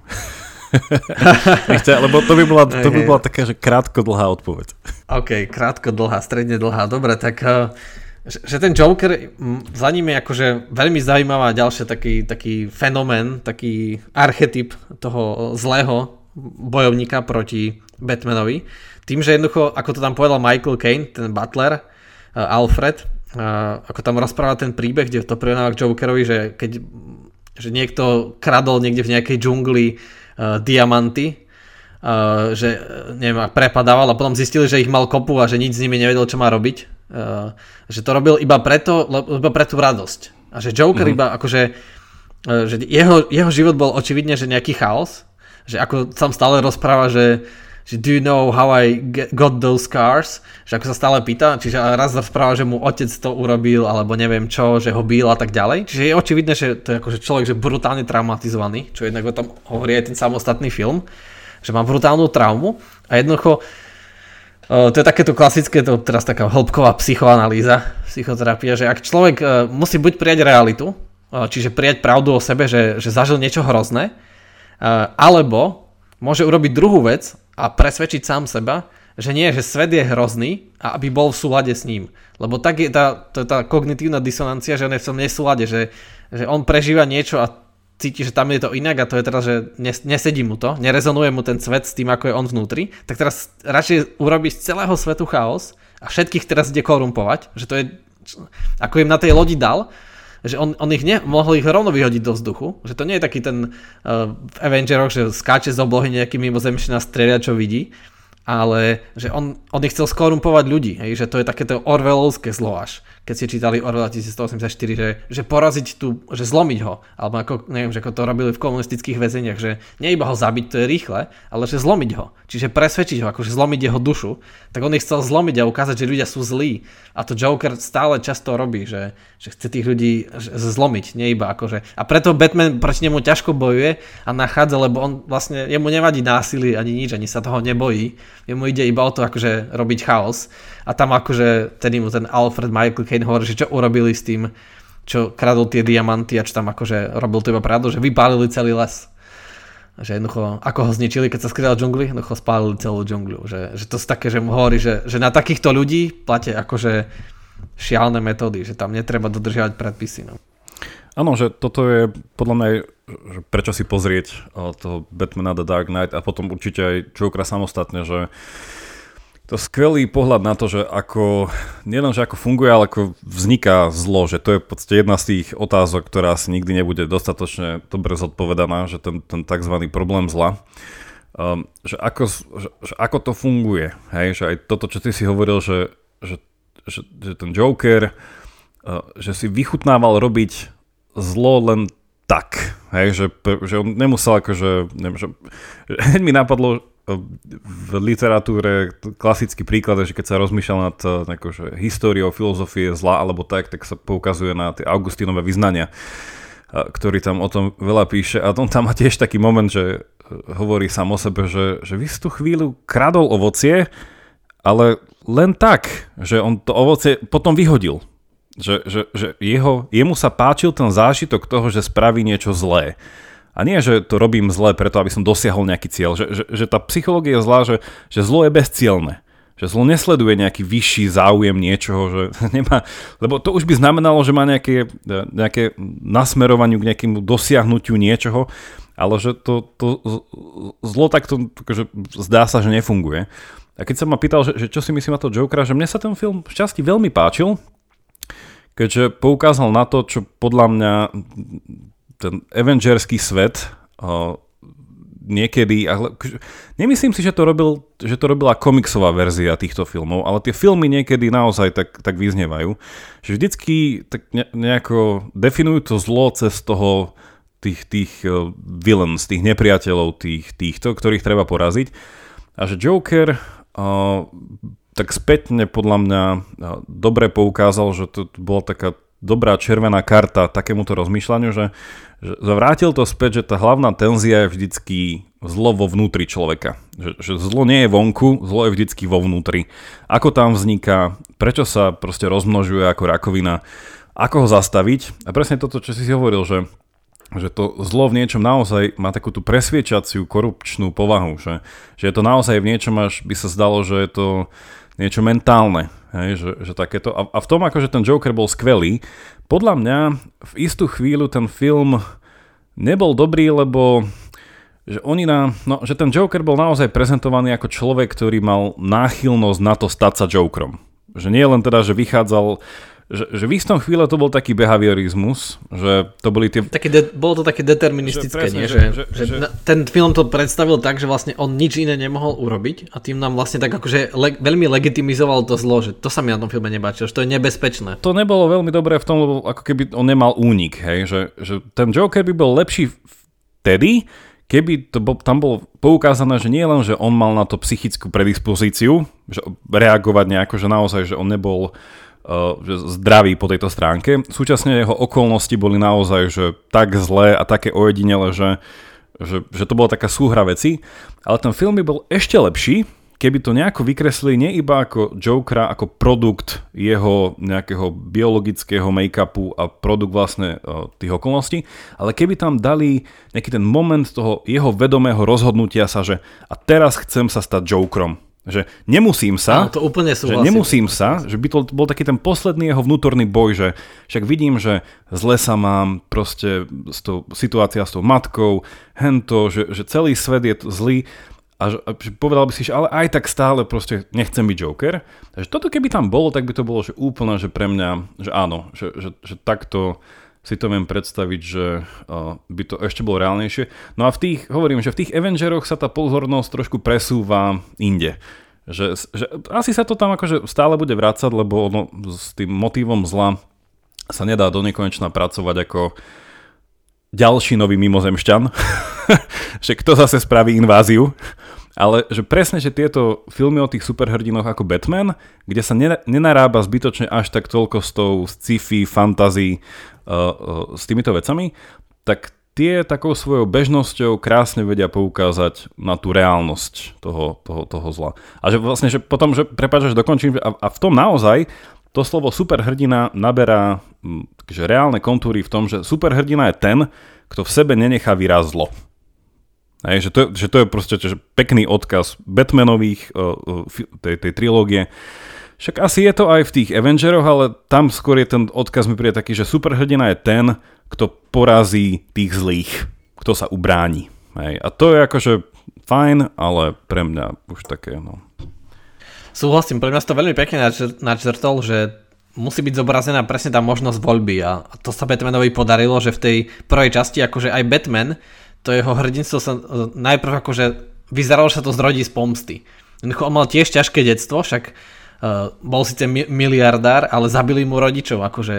Lebo to by bola taká, že krátko dlhá odpoveď. OK, krátko dlhá, stredne dlhá. Dobre, tak že ten Joker, za ním je akože veľmi zaujímavá ďalšia taký fenomén, taký archetyp toho zlého bojovníka proti Batmanovi. Tým, že jednoducho, ako to tam povedal Michael Caine, ten butler, Alfred, ako tam rozpráva ten príbeh, kde to prirovnáva k Jokerovi, že niekto kradol niekde v nejakej džungli diamanty, že neviem, prepadával a potom zistili, že ich mal kopu a že nič s nimi nevedel, čo má robiť. Že to robil iba pre tú radosť. A že Joker iba akože, že jeho život bol očividne, že nejaký chaos, že ako sam stále rozpráva, že do you know how I got those scars? Že ako sa stále pýta, čiže raz rozpráva, že mu otec to urobil, alebo neviem čo, že ho bil a tak ďalej. Čiže je očividné, že to je akože človek, že brutálne traumatizovaný, čo jednak o tom hovorí aj ten samostatný film, že má brutálnu traumu a jednoducho to je takéto klasické, to teraz taká hĺbková psychoanalýza, psychoterapia, že ak človek musí buď prijať realitu, čiže prijať pravdu o sebe, že zažil niečo hrozné, alebo môže urobiť druhú vec a presvedčiť sám seba, že nie, že svet je hrozný a aby bol v súlade s ním. Lebo tak je tá kognitívna disonancia, že on je v tom nesúlade, že on prežíva niečo a cíti, že tam je to inak a to je teraz, že nesedí mu to, nerezonuje mu ten svet s tým, ako je on vnútri, tak teraz radšej urobí z celého svetu chaos a všetkých teraz ide korumpovať, že to je, ako im na tej lodi dal, že on ich mohol ich rovno vyhodiť do vzduchu, že to nie je taký ten v Avengeroch, že skáče z oblohy nejaký mimozemšťan a strelia, čo vidí, ale že on ich chcel skorumpovať ľudí, hej, že to je takéto orwellovské zlo až, keď si čítali Orwell 1984, že poraziť že zlomiť ho, alebo ako, neviem, že ako to robili v komunistických väzeniach, že nie iba ho zabiť, to je rýchle, ale že zlomiť ho, čiže presvedčiť ho, akože zlomiť jeho dušu, tak on ich chcel zlomiť a ukázať, že ľudia sú zlí a to Joker stále často robí, že chce tých ľudí zlomiť, nie iba akože, a preto Batman proti nemu ťažko bojuje a nachádza, lebo on vlastne, jemu nevadí násilie ani nič, ani sa toho nebojí, jemu ide iba o to akože robiť chaos a tam akože ten Alfred Michael Caine hovorí, že čo urobili s tým, čo kradol tie diamanty a čo tam akože robil to iba pravdu, že vypálili celý les. Že jednoducho, ako ho zničili, keď sa skrýval v džungli, jednoducho spálili celú džungľu. Že to sú také, že mu hovorí, že na takýchto ľudí platia akože šialné metódy, že tam netreba dodržiavať predpisy. No. Áno, že toto je podľa mňa, že prečo si pozrieť toho Batmana The Dark Knight a potom určite aj Jokera samostatne, že to je skvelý pohľad na to, že ako, nielen, že ako funguje, ale ako vzniká zlo, že to je v podstate jedna z tých otázok, ktorá si nikdy nebude dostatočne dobre zodpovedaná, že ten tzv. Problém zla, že ako to funguje, hej, že aj toto, čo ty si hovoril, že ten Joker, že si vychutnával robiť zlo len tak. Hej, že on nemusel akože... Hneď mi napadlo v literatúre klasický príklad, že keď sa rozmýšľal nad akože, históriou, filozofie zla alebo tak sa poukazuje na tie Augustínové vyznania, ktorý tam o tom veľa píše. A on tam má tiež taký moment, že hovorí sám o sebe, že vy si tú chvíľu kradol ovocie, ale len tak, že on to ovocie potom vyhodil. Že jemu sa páčil ten zážitok toho, že spraví niečo zlé. A nie, že to robím zlé preto, aby som dosiahol nejaký cieľ. Že tá psychológia je zlá, že zlo je bezcielne. Že zlo nesleduje nejaký vyšší záujem niečoho, že nemá... Lebo to už by znamenalo, že má nejaké nasmerovaniu k nejakému dosiahnutiu niečoho, ale že to zlo takto že zdá sa, že nefunguje. A keď sa ma pýtal, že čo si myslím na to Jokera, že mne sa ten film v časti veľmi páčil, keďže poukázal na to, čo podľa mňa ten Avengerský svet niekedy, nemyslím si, že to robila komiksová verzia týchto filmov, ale tie filmy niekedy naozaj tak vyznievajú, že vždycky tak nejako definujú to zlo cez toho tých villains, tých nepriateľov, týchto, ktorých treba poraziť. A že Joker tak spätne podľa mňa dobre poukázal, že to bola taká dobrá červená karta takémuto rozmýšľaniu, že vrátil to späť, že tá hlavná tenzia je vždycky zlo vo vnútri človeka. Že zlo nie je vonku, zlo je vždycky vo vnútri. Ako tam vzniká, prečo sa proste rozmnožuje ako rakovina, ako ho zastaviť. A presne toto, čo si hovoril, že to zlo v niečom naozaj má takú tú presviečaciu korupčnú povahu, že je to naozaj v niečom, až by sa zdalo, že je to niečo mentálne, hej, že takéto. A v tom, akože ten Joker bol skvelý, podľa mňa v istú chvíľu ten film nebol dobrý, lebo že ten Joker bol naozaj prezentovaný ako človek, ktorý mal náchylnosť na to stať sa Jokerom. Že nie len teda, že vychádzal... Že v istom chvíle to bol taký behaviorizmus, že to boli tie... Bolo to také deterministické, nie? Že ten film to predstavil tak, že vlastne on nič iné nemohol urobiť a tým nám vlastne tak akože veľmi legitimizoval to zlo, že to sa mi na tom filme nebáčilo, že to je nebezpečné. To nebolo veľmi dobré v tom, lebo ako keby on nemal únik, hej? Že ten Joker by bol lepší vtedy, keby tam bolo poukázané, že nie len, že on mal na to psychickú predispozíciu, že reagovať nejako, že naozaj, že on nebol zdravý po tejto stránke. Súčasne jeho okolnosti boli naozaj že tak zlé a také ojedinele, že to bola taká súhra veci. Ale ten film by bol ešte lepší, keby to nejako vykreslili nie iba ako Jokera, ako produkt jeho nejakého biologického make-upu a produkt vlastne tých okolností, ale keby tam dali nejaký ten moment toho jeho vedomého rozhodnutia sa, že a teraz chcem sa stať Jokerom. Že nemusím sa, to úplne súhlasím. Že by to bol taký ten posledný jeho vnútorný boj, že však vidím, že zle sa mám, proste situácia s tou matkou, hento, že celý svet je zlý a povedal by si, že ale aj tak stále proste nechcem byť Joker. Takže toto keby tam bolo, tak by to bolo že úplne, že pre mňa, že áno, že takto si to viem predstaviť, že by to ešte bolo reálnejšie. No a hovorím, že v tých Avengeroch sa tá pozornosť trošku presúva inde. Že asi sa to tam akože stále bude vrácať, lebo s tým motívom zla sa nedá do nekonečna pracovať ako ďalší nový mimozemšťan. Že kto zase spraví inváziu. Ale že presne, že tieto filmy o tých superhrdinoch ako Batman, kde sa nenarába zbytočne až tak toľko s tou sci-fi, fantasy, s týmito vecami, tak tie takou svojou bežnosťou krásne vedia poukázať na tú reálnosť toho zla. A že vlastne, že potom, že prepáč, že dokončím, a v tom naozaj to slovo superhrdina naberá že reálne kontúry v tom, že superhrdina je ten, kto v sebe nenechá výraz zlo. Hej, že to je proste pekný odkaz Batmanových tej trilógie. Však asi je to aj v tých Avengeroch, ale tam skôr je ten odkaz mi príde taký, že superhrdina je ten, kto porazí tých zlých, kto sa ubráni. Hej, a to je akože fajn, ale pre mňa už také, no. Súhlasím, pre mňa to veľmi pekne načrtol, že musí byť zobrazená presne tá možnosť voľby a to sa Batmanovi podarilo, že v tej prvej časti akože aj Batman, to jeho hrdinstvo sa najprv akože vyzeralo, že sa to zrodí z pomsty. On mal tiež ťažké detstvo, však bol síce miliardár, ale zabili mu rodičov, akože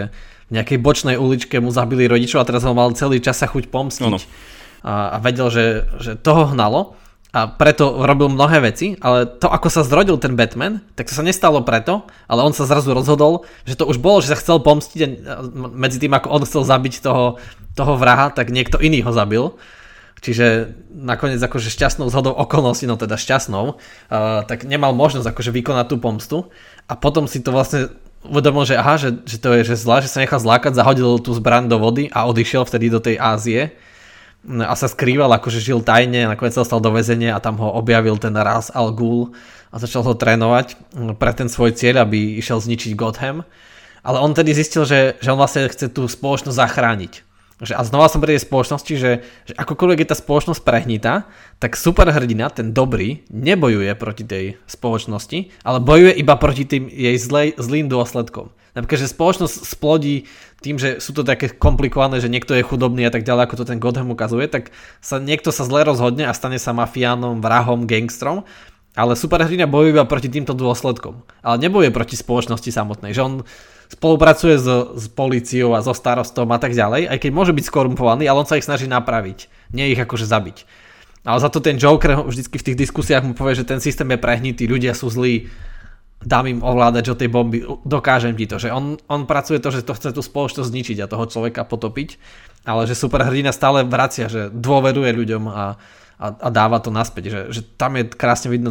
nejakej bočnej uličke mu zabili rodičov a teraz ho mal celý čas sa chuť pomstiť. A vedel, že toho hnalo a preto robil mnohé veci, ale to, ako sa zrodil ten Batman, tak to sa nestalo preto, ale on sa zrazu rozhodol, že to už bolo, že sa chcel pomstiť a medzi tým, ako on chcel zabiť toho vraha, tak niekto iný ho zabil. Čiže nakoniec akože šťastnou zhodou okolností, no teda šťastnou, tak nemal možnosť akože vykonať tú pomstu a potom si to vlastne uvedomil, že aha, že to je že zlá, že sa nechal zlákať, zahodil tú zbraň do vody a odišiel vtedy do tej Ázie a sa skrýval, akože žil tajne, nakoniec sa dostal do väzenia a tam ho objavil ten Ra's al Ghul a začal ho trénovať pre ten svoj cieľ, aby išiel zničiť Gotham. Ale on tedy zistil, že on vlastne chce tú spoločnosť zachrániť. A znova som pri tej spoločnosti, že akokoľvek je tá spoločnosť prehnitá, tak superhrdina, ten dobrý, nebojuje proti tej spoločnosti, ale bojuje iba proti tým jej zlým dôsledkom. Napríklad, že spoločnosť splodí tým, že sú to také komplikované, že niekto je chudobný a tak ďalej, ako to ten Gotham ukazuje, tak niekto sa zle rozhodne a stane sa mafiánom, vrahom, gangstrom, ale superhrdina bojuje iba proti týmto dôsledkom. Ale nebojuje proti spoločnosti samotnej, že on spolupracuje s políciou a so starostom a tak ďalej, aj keď môže byť skorumpovaný, ale on sa ich snaží napraviť, nie ich akože zabiť. Ale za to ten Joker vždycky v tých diskusiách mu povie, že ten systém je prehnitý, ľudia sú zlí, dám im ovládať o tej bomby, dokážem ti to, že on pracuje to, že to chce tú spoločnosť zničiť a toho človeka potopiť, ale že superhrdina stále vracia, že dôveruje ľuďom a dáva to naspäť, že tam je krásne vidno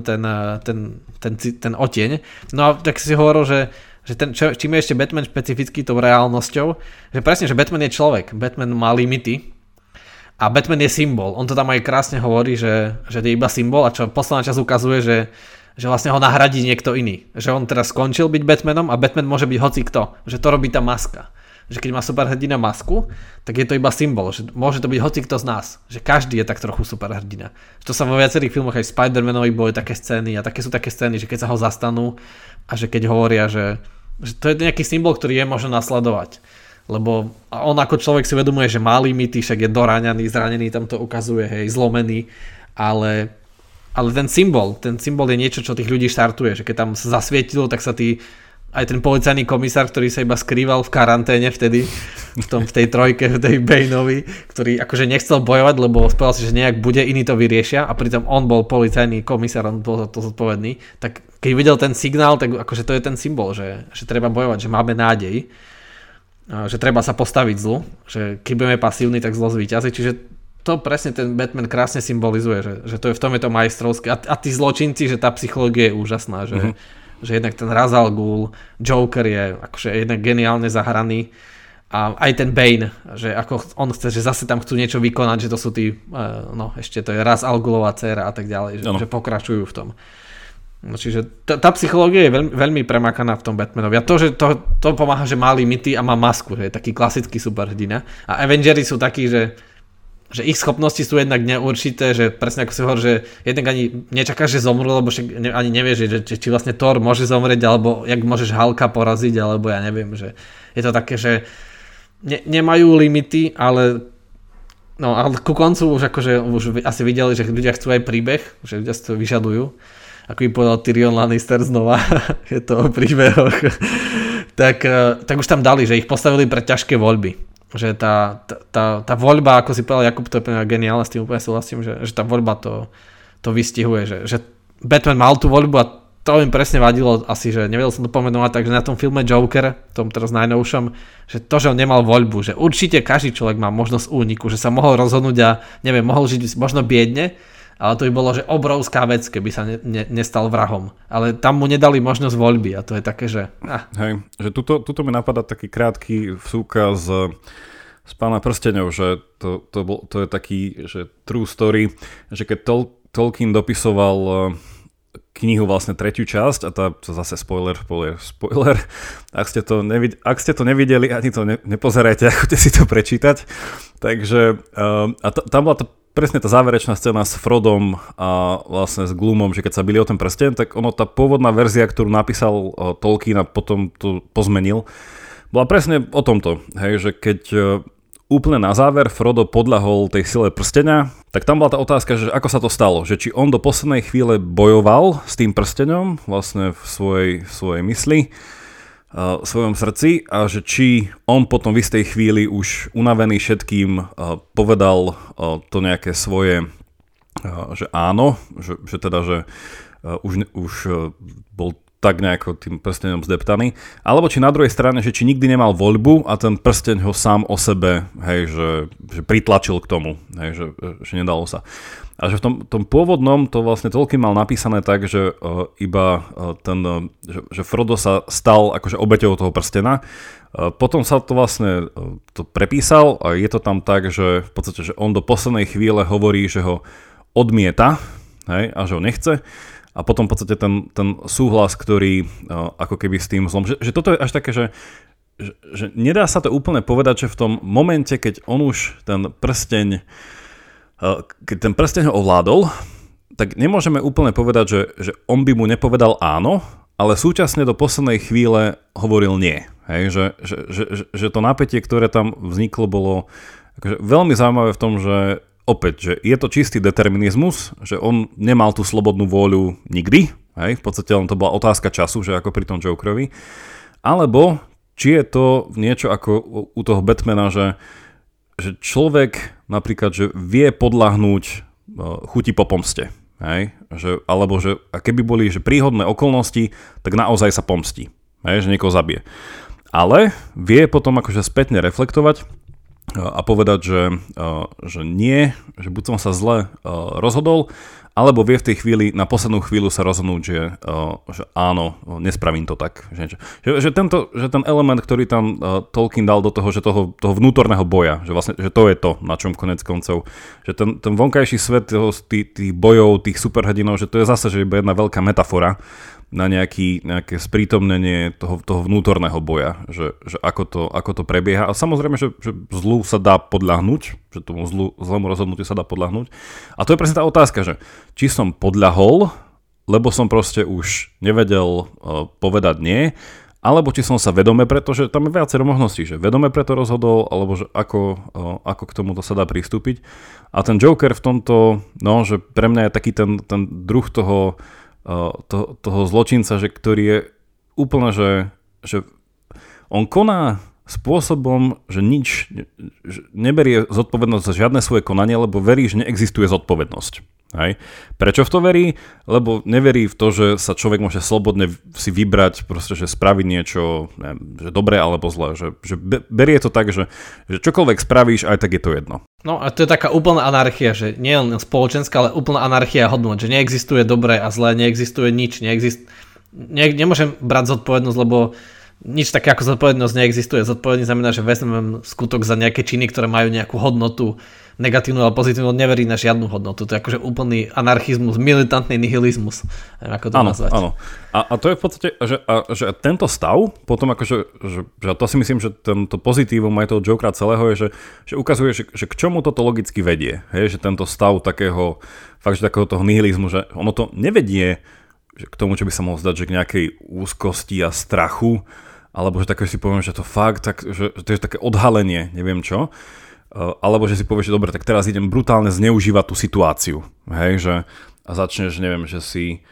ten oteň. No a tak si hovoril, že čím je ešte Batman špecifický tou reálnosťou, že presne, že Batman je človek, Batman má limity a Batman je symbol. On to tam aj krásne hovorí, že je iba symbol a čo posledná časť ukazuje, že vlastne ho nahradí niekto iný. Že on teraz skončil byť Batmanom a Batman môže byť hocikto. Že to robí tá maska. Že keď má superhrdina masku, tak je to iba symbol. Že môže to byť hocikto z nás. Že každý je tak trochu superhrdina. To sa vo viacerých filmoch aj Spider-Manovi boli také scény a sú také scény, že keď sa ho zastanú a že keď hovoria, že to je nejaký symbol, ktorý je možno nasledovať. Lebo on ako človek si uvedomuje, že má limity, však je doráňaný, zranený, tam to ukazuje, hej, zlomený, ale ten symbol je niečo, čo tých ľudí štartuje, že keď tam sa zasvietilo, tak sa aj ten policajný komisár, ktorý sa iba skrýval v karanténe vtedy, v tej trojke, v tej Baneovi, ktorý akože nechcel bojovať, lebo povedal si, že nejak bude, iní to vyriešia a pritom on bol policajný komisár, on bol za to zodpovedný, tak keď videl ten signál, tak akože to je ten symbol, že treba bojovať, že máme nádej, že treba sa postaviť zlu, že keď budeme pasívni, tak zlo zvíťazí, čiže to presne ten Batman krásne symbolizuje, že to je v tom je to majstrovské a tí zločinci, že tá psychológia je úžasná, že jednak ten Ra's al Ghul, Joker je akože jednak geniálne zahraný a aj ten Bane, že ako on chce, že zase tam chcú niečo vykonať, že to sú tí, ešte to je Ra's al Ghulová dcéra a tak ďalej, že pokračujú v tom. No, čiže tá psychológia je veľmi premakaná v tom Batmanovi a to, že to pomáha, že má limity a má masku, že je taký klasický superhrdina a Avengers sú takí, že ich schopnosti sú jednak neurčité, že presne ako si hovorí, že jednak ani nečakáš, že zomrú, lebo ani nevieš, že či vlastne Thor môže zomrieť, alebo jak môžeš Hulka poraziť, alebo ja neviem, že je to také, že nemajú limity, ale ku koncu už asi videli, že ľudia chcú aj príbeh, že ľudia si to vyžadujú, ako by povedal Tyrion Lannister znova, je to o príbehoch, tak už tam dali, že ich postavili pre ťažké voľby. Že tá voľba, ako si povedal Jakub, to je geniálne, s tým úplne súhlasím, že tá voľba to vystihuje, že Batman mal tú voľbu a to im presne vadilo asi, že nevedel som to pomenovať, takže na tom filme Joker, tom teraz najnovšom, že to, že on nemal voľbu, že určite každý človek má možnosť úniku, že sa mohol rozhodnúť a neviem, mohol žiť možno biedne, ale to by bolo, že obrovská vec, keby sa nestal vrahom. Ale tam mu nedali možnosť voľby a to je také, že... Hej, že tuto mi napadá taký krátky vsúka z Pána prsteňov, že to je taký, že true story, že keď Tolkien dopisoval knihu vlastne tretiu časť a to zase spoiler, ak ste to nevideli, ani to nepozerajte, choďte si to prečítať. Takže tam bola to presne tá záverečná scéna s Frodom a vlastne s Gloomom, že keď sa bili o ten prsteň, tak tá pôvodná verzia, ktorú napísal Tolkien a potom to pozmenil, bola presne o tomto, hej, že keď úplne na záver Frodo podľahol tej sile prstenia, tak tam bola tá otázka, že ako sa to stalo, že či on do poslednej chvíle bojoval s tým prsteňom vlastne v svojej mysli, svojom srdci a že či on potom v istej chvíli už unavený všetkým povedal to nejaké svoje, že áno, že teda, že už bol tak nejako tým prstenom zdeptaný, alebo či na druhej strane, že či nikdy nemal voľbu a ten prsteň ho sám o sebe, hej, že pritlačil k tomu, hej, že nedalo sa. A že v tom pôvodnom to vlastne Tolkien mal napísané tak, že iba že Frodo sa stal akože obeťou toho prstena. Potom sa to vlastne to prepísal a je to tam tak, že v podstate, že on do poslednej chvíle hovorí, že ho odmieta, hej, a že ho nechce. A potom v podstate ten súhlas, ktorý ako keby s tým zlom, že toto je až také, že nedá sa to úplne povedať, že v tom momente, keď on už ten prsteň ho ovládol, tak nemôžeme úplne povedať, že on by mu nepovedal áno, ale súčasne do poslednej chvíle hovoril nie. Hej, že to napätie, ktoré tam vzniklo, bolo akože veľmi zaujímavé v tom, že opäť, že je to čistý determinizmus, že on nemal tú slobodnú vôľu nikdy, hej, v podstate len to bola otázka času, že ako pri tom Jokerovi, alebo či je to niečo ako u toho Batmana, že človek napríklad, že vie podľahnúť chuti po pomste, hej, alebo že keby boli že príhodné okolnosti, tak naozaj sa pomstí, hej, že niekoho zabije. Ale vie potom akože spätne reflektovať a povedať, že nie, že buď som sa zle rozhodol, alebo vie v tej chvíli, na poslednú chvíľu sa rozhodnúť, že áno, nespravím to tak. Že ten element, ktorý tam Tolkien dal do toho, že toho vnútorného boja, že vlastne, že to je to, na čom konec koncov, že ten vonkajší svet tých bojov, tých superhrdinov, že to je zase že iba jedna veľká metafora na nejaké sprítomnenie toho vnútorného boja, že ako to prebieha. A samozrejme, že zlu sa dá podľahnúť, že tomu zlému rozhodnutiu sa dá podľahnúť. A to je presne tá otázka, že či som podľahol, lebo som proste už nevedel povedať nie, alebo či som sa vedome, pretože tam je viacero možností, že vedome preto rozhodol, alebo že ako k tomuto sa dá pristúpiť. A ten Joker v tomto, no, že pre mňa je taký ten druh toho zločinca, že ktorý je úplne, že on koná spôsobom, že neberie zodpovednosť za žiadne svoje konanie, lebo verí, že neexistuje zodpovednosť. Hej. Prečo v to verí? Lebo neverí v to, že sa človek môže slobodne si vybrať, proste, že spraviť niečo, neviem, že dobré alebo zlé. Že berie to tak, že čokoľvek spravíš, aj tak je to jedno. No a to je taká úplná anarchia, že nie len spoločenská, ale úplná anarchia hodnôt, že neexistuje dobré a zlé, neexistuje nič, nemôžem brať zodpovednosť, lebo nič také ako zodpovednosť neexistuje. Zodpovednosť znamená, že vezmem skutok za nejaké činy, ktoré majú nejakú hodnotu, negatívnu alebo pozitívnu, neverí na žiadnu hodnotu. To je akože úplný anarchizmus, militantný nihilizmus. Neviem, ako to nazvať. Áno. A to je v podstate, že tento stav, potom akože, že to si myslím, že tento pozitívum aj toho Jokera celého je, že ukazuje, že k čomu toto logicky vedie. Hej, že tento stav takého, fakt, že takého toho nihilizmu, že ono to nevedie k tomu, čo by sa mohlo zdať, že k nejakej úzkosti a strachu, alebo že také si poviem, že to fakt, že to je také odhalenie, neviem čo. Alebo že si povieš, že dobre, tak teraz idem brutálne zneužívať tú situáciu. Hej, že a začneš, neviem, že si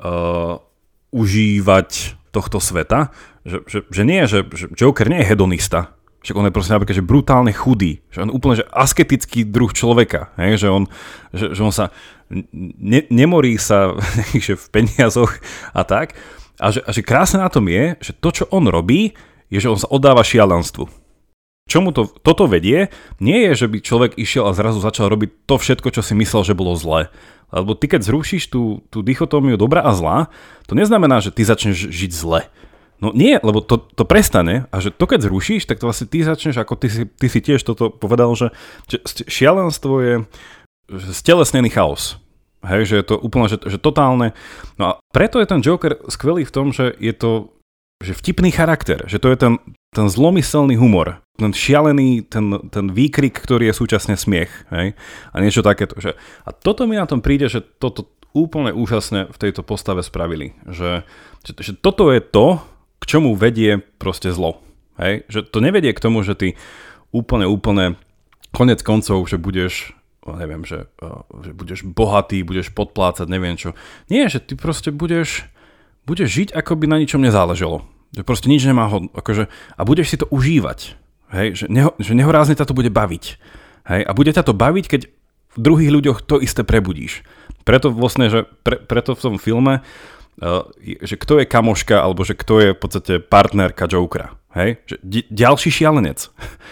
užívať tohto sveta. Že nie, že Joker nie je hedonista. Však on je proste napríklad, že brutálne chudý. Že on úplne, že asketický druh človeka. Hej, že on sa nemorí sa že v peniazoch a tak. A že krásne na tom je, že to, čo on robí, je, že on sa oddáva šialenstvu. Čomu toto vedie, nie je, že by človek išiel a zrazu začal robiť to všetko, čo si myslel, že bolo zlé. Lebo ty, keď zrušíš tú dichotómiu dobrá a zlá, to neznamená, že ty začneš žiť zle. No nie, lebo to prestane a že to, keď zrušíš, tak to vlastne ty začneš, ako ty si tiež toto povedal, že šialenstvo je stelesnený chaos. Hej, že je to úplne, že totálne. No a preto je ten Joker skvelý v tom, že je to že vtipný charakter, že to je ten zlomyselný humor, ten šialený, ten výkrik, ktorý je súčasne smiech, hej? A niečo takéto. A toto mi na tom príde, že toto úplne úžasne v tejto postave spravili. Že toto je to, k čomu vedie proste zlo. Hej? Že to nevedie k tomu, že ty úplne konec koncov, že budeš, neviem, že budeš bohatý, budeš podplácať, neviem čo. Nie, že ty proste budeš žiť, ako by na ničom nezáležalo. Že proste nič nemá hodnotu. Akože, a budeš si to užívať. Hej? Že nehorázne ťa to bude baviť. Hej? A bude ťa to baviť, keď v druhých ľuďoch to isté prebudíš. Preto vlastne, že preto v tom filme, že kto je kamoška, alebo že kto je v podstate partnerka Jokera. Hej? Že ďalší šialenec.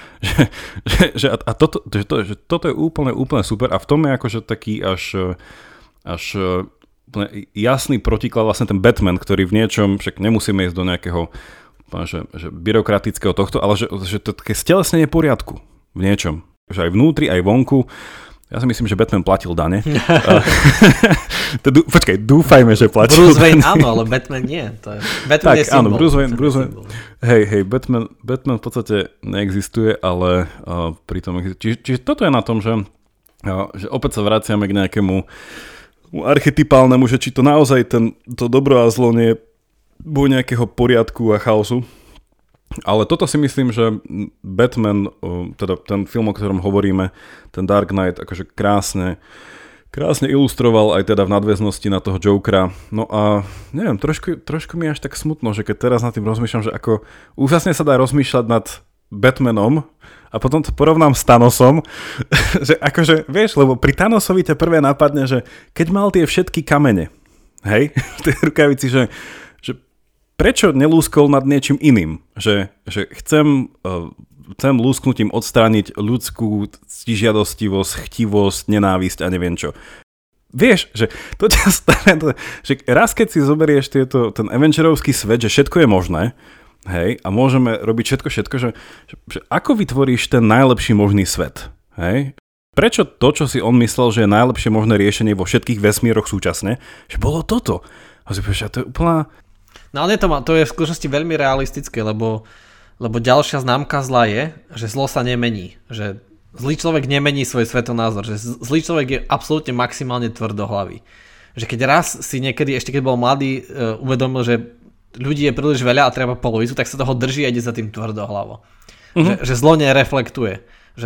že toto je úplne super a v tom je akože taký až jasný protiklad vlastne ten Batman, ktorý v niečom, však nemusíme ísť do nejakého že byrokratického tohto, ale že to také stelesnenie poriadku v niečom. Že aj vnútri, aj vonku. Ja si myslím, že Batman platil dane. Počkaj, dúfajme, že platil Bruce Wayne áno, ale Batman nie. Batman je symbol. Áno, Bruce Wayne. Hej, Batman v podstate neexistuje, ale pritom existuje. Čiže toto je na tom, že opäť sa vraciame k nejakému archetypálnemu, že či to naozaj to dobro a zlo nie je boj nejakého poriadku a chaosu. Ale toto si myslím, že Batman, teda ten film, o ktorom hovoríme, ten Dark Knight, akože krásne ilustroval aj teda v nadväznosti na toho Jokera. No a neviem, trošku mi až tak smutno, že keď teraz nad tým rozmýšľam, že ako úžasne sa dá rozmýšľať nad Batmanom a potom to porovnám s Thanosom, že akože, vieš, lebo pri Thanosovi ťa prvé napadne, že keď mal tie všetky kamene, hej, v tej rukavici, že prečo nelúskol nad niečím iným? Že chcem lúsknutím odstrániť ľudskú stižiadostivosť, chtivosť, nenávisť a neviem čo. Vieš, že to ťa stane, že raz keď si zoberieš ten Avengerovský svet, že všetko je možné, hej, a môžeme robiť všetko, že ako vytvoríš ten najlepší možný svet, hej? Prečo to, čo si on myslel, že je najlepšie možné riešenie vo všetkých vesmíroch súčasne, že bolo toto? A si povieš, to je úplná... No ale to je v skutočnosti veľmi realistické, lebo ďalšia známka zla je, že zlo sa nemení, že zlý človek nemení svoj svetonázor, že zlý človek je absolútne maximálne tvrdohlavý. Že keď raz si niekedy, ešte keď bol mladý, uvedomil, že ľudí je príliš veľa a treba polovicu, tak sa toho drží a ide za tým tvrdohlavo. Že zlo nereflektuje. Že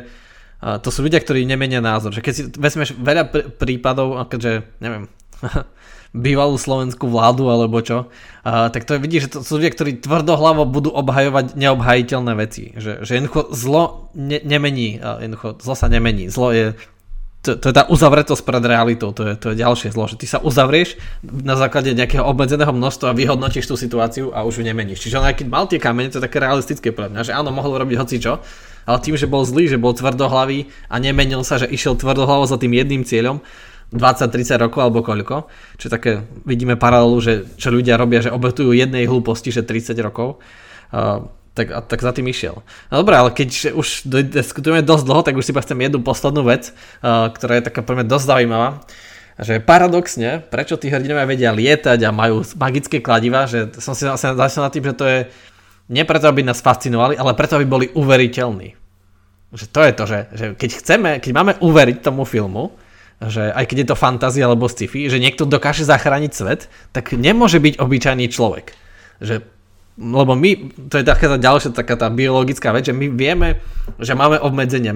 to sú ľudia, ktorí nemenia názor. Že keď si vezmeš veľa prípadov, keďže, neviem, bývalú slovenskú vládu alebo čo, tak to vidíš, že to sú ľudia, ktorí tvrdohlavo budú obhajovať neobhajiteľné veci. Že jednoducho zlo nemení, zlo sa nemení. Zlo je to je tá uzavretosť pred realitou, to je ďalšie zlo, že ty sa uzavrieš na základe nejakého obmedzeného množstva a vyhodnotíš tú situáciu a už ju nemeníš. Čiže on, keď mal tie kamene, to je také realistické pre mňa, že áno, mohol robiť hocičo, ale tým, že bol zlý, že bol tvrdohlavý a nemenil sa, že išiel tvrdohlavo za tým jedným cieľom 20-30 rokov alebo koľko, čo také vidíme paralelu, že čo ľudia robia, že obetujú jednej hlúposti, že 30 rokov, tak za tým išiel. No dobré, ale keď už diskutujeme dosť dlho, tak už si chcem jednu poslednú vec, ktorá je taká pre mňa dosť zaujímavá. Že paradoxne, prečo tí hrdinovia vedia lietať a majú magické kladiva, že som si začal nad tým, že to je nie preto, aby nás fascinovali, ale preto, aby boli uveriteľní. Že to je to, že keď máme uveriť tomu filmu, že aj keď je to fantázia alebo sci-fi, že niekto dokáže zachrániť svet, tak nemôže byť obyčajný človek. Lebo my, to je taká tá biologická vec, že my vieme, že máme obmedzenia.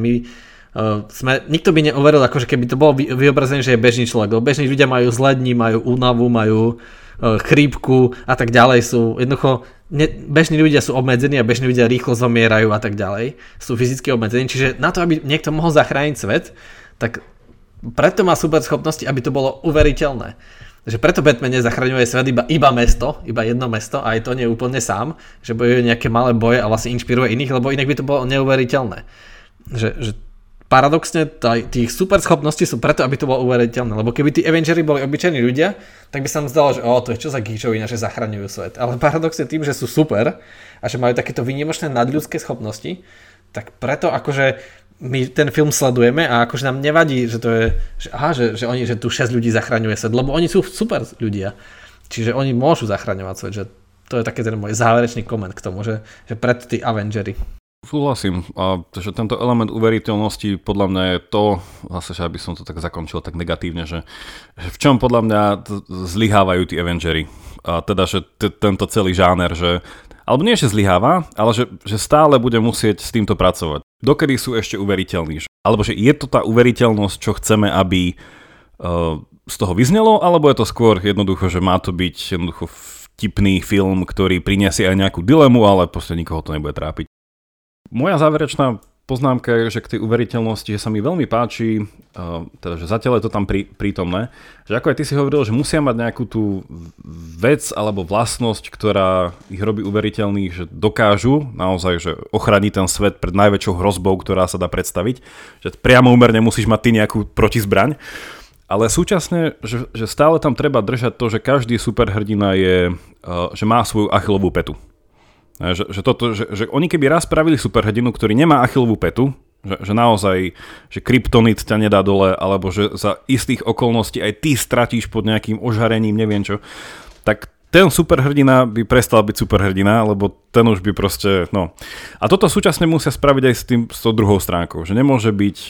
Nikto by neuveril, akože keby to bolo vyobrazené, že je bežný človek. Lebo bežní ľudia majú zlední, majú únavu, majú chrípku a tak ďalej. Jednoducho, bežní ľudia sú obmedzení a bežní ľudia rýchlo zomierajú a tak ďalej. Sú fyzicky obmedzení. Čiže na to, aby niekto mohol zachrániť svet, tak preto má super schopnosti, aby to bolo uveriteľné. Že preto Batman nezachraňuje svet iba mesto, iba jedno mesto a aj to nie úplne sám, že bojuje nejaké malé boje a vlastne inšpiruje iných, lebo inak by to bolo neuveriteľné. Že paradoxne tých super schopností sú preto, aby to bolo uveriteľné, lebo keby tí Avengeri boli obyčajní ľudia, tak by sa nám zdalo, že to je čo za gíčovina, že zachraňujú svet. Ale paradoxne tým, že sú super a že majú takéto výnimočné nadľudské schopnosti, tak preto akože my ten film sledujeme a akože nám nevadí, že to je, že tu 6 ľudí zachraňuje svet, lebo oni sú super ľudia. Čiže oni môžu zachraňovať svet, že to je taký ten môj záverečný koment k tomu, že preto tí Avengeri. Súhlasím, že tento element uveriteľnosti podľa mňa je to, zase, že aby som to tak zakončil tak negatívne, že v čom podľa mňa zlyhávajú tí Avengeri. A teda, že tento celý žáner, že alebo nie, že zlyháva, ale že stále bude musieť s týmto pracovať. Dokedy sú ešte uveriteľní? Alebo že je to tá uveriteľnosť, čo chceme, aby z toho vyznelo, alebo je to skôr jednoducho, že má to byť jednoducho vtipný film, ktorý prinesie aj nejakú dilemu, ale proste nikoho to nebude trápiť. Moja záverečná poznámka je, že k tej uveriteľnosti, že sa mi veľmi páči, teda, že zatiaľ je to tam prítomné, že ako aj ty si hovoril, že musia mať nejakú tú vec alebo vlastnosť, ktorá ich robí uveriteľných, že dokážu naozaj, že ochrániť ten svet pred najväčšou hrozbou, ktorá sa dá predstaviť, že priamo úmerne musíš mať ty nejakú protizbraň, ale súčasne, že stále tam treba držať to, že každý superhrdina že má svoju Achillovú pätu. Že oni keby raz spravili superhrdinu, ktorý nemá Achillovú pätu, že naozaj, že kryptonit ťa nedá dole, alebo že za istých okolností aj ty stratíš pod nejakým ožarením, neviem čo, tak ten superhrdina by prestal byť superhrdina, lebo ten už by proste, no. A toto súčasne musia spraviť aj s tou druhou stránkou, že nemôže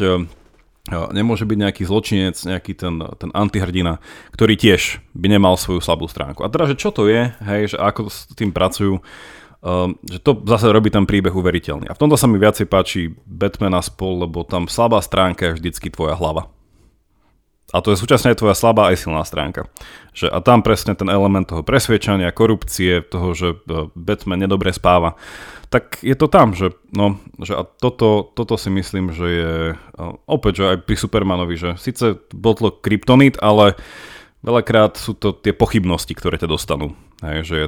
byť nejaký zločinec, nejaký ten antihrdina, ktorý tiež by nemal svoju slabú stránku. A teda, že čo to je, hej, že ako s tým pracujú, že to zase robí ten príbeh uveriteľný. A v tomto sa mi viacej páči Batman a spol, lebo tam slabá stránka je vždycky tvoja hlava. A to je súčasne aj tvoja slabá aj silná stránka. A tam presne ten element toho presviečania, korupcie, toho, že Batman nedobre spáva, tak je to tam, že a toto si myslím, že je opäť, že aj pri Supermanovi, že síce bol kryptonit, ale veľakrát sú to tie pochybnosti, ktoré ťa dostanú. Hej, že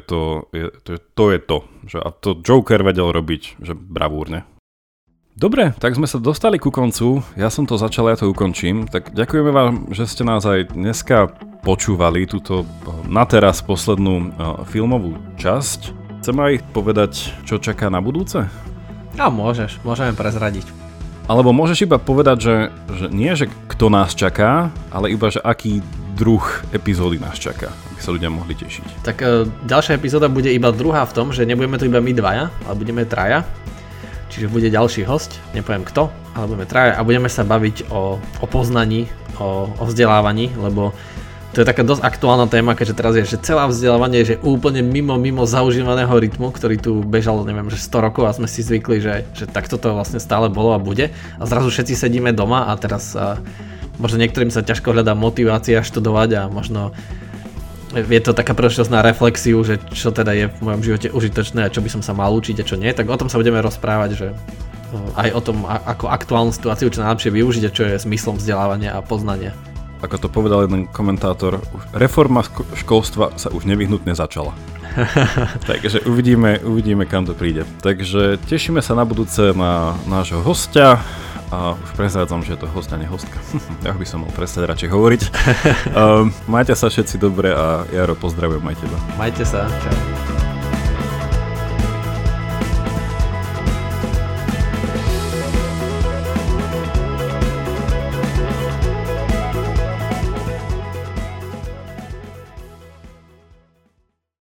to je to. Že a to Joker vedel robiť, že bravúrne. Dobre, tak sme sa dostali ku koncu. Ja som to začal, ja to ukončím. Tak ďakujeme vám, že ste nás aj dneska počúvali túto na teraz poslednú filmovú časť. Chcem aj povedať, čo čaká na budúce? No môžeme prezradiť. Alebo môžeš iba povedať, že nie, že kto nás čaká, ale iba, že aký druh epizódy nás čaká, aby sa ľudia mohli tešiť. Tak ďalšia epizóda bude iba druhá v tom, že nebudeme tu iba my dvaja, ale budeme traja. Čiže bude ďalší host, nepoviem kto, ale budeme traja a budeme sa baviť o poznaní, o vzdelávaní, lebo to je taká dosť aktuálna téma, keďže teraz je, že celá vzdelávanie je že úplne mimo zaužívaného rytmu, ktorý tu bežal, neviem, že 100 rokov a sme si zvykli, že takto to vlastne stále bolo a bude. A zrazu všetci sedíme doma a teraz možno niektorým sa ťažko hľadá motivácia študovať a možno je to taká príležitosť na reflexiu, že čo teda je v mojom živote užitočné a čo by som sa mal učiť a čo nie. Tak o tom sa budeme rozprávať, že aj o tom, ako aktuálnu situáciu čo najlepšie využiť a čo je zmyslom vzdelávania a poznania. Ako to povedal jeden komentátor, reforma školstva sa už nevyhnutne začala. Takže uvidíme, kam to príde. Takže tešíme sa na budúce na nášho hostia a už prezrádzam, že je to host a nie hostka. Ja by som mal prestať radšej hovoriť. Majte sa všetci dobre a Jaro, pozdravujem aj teba. Majte sa, čau.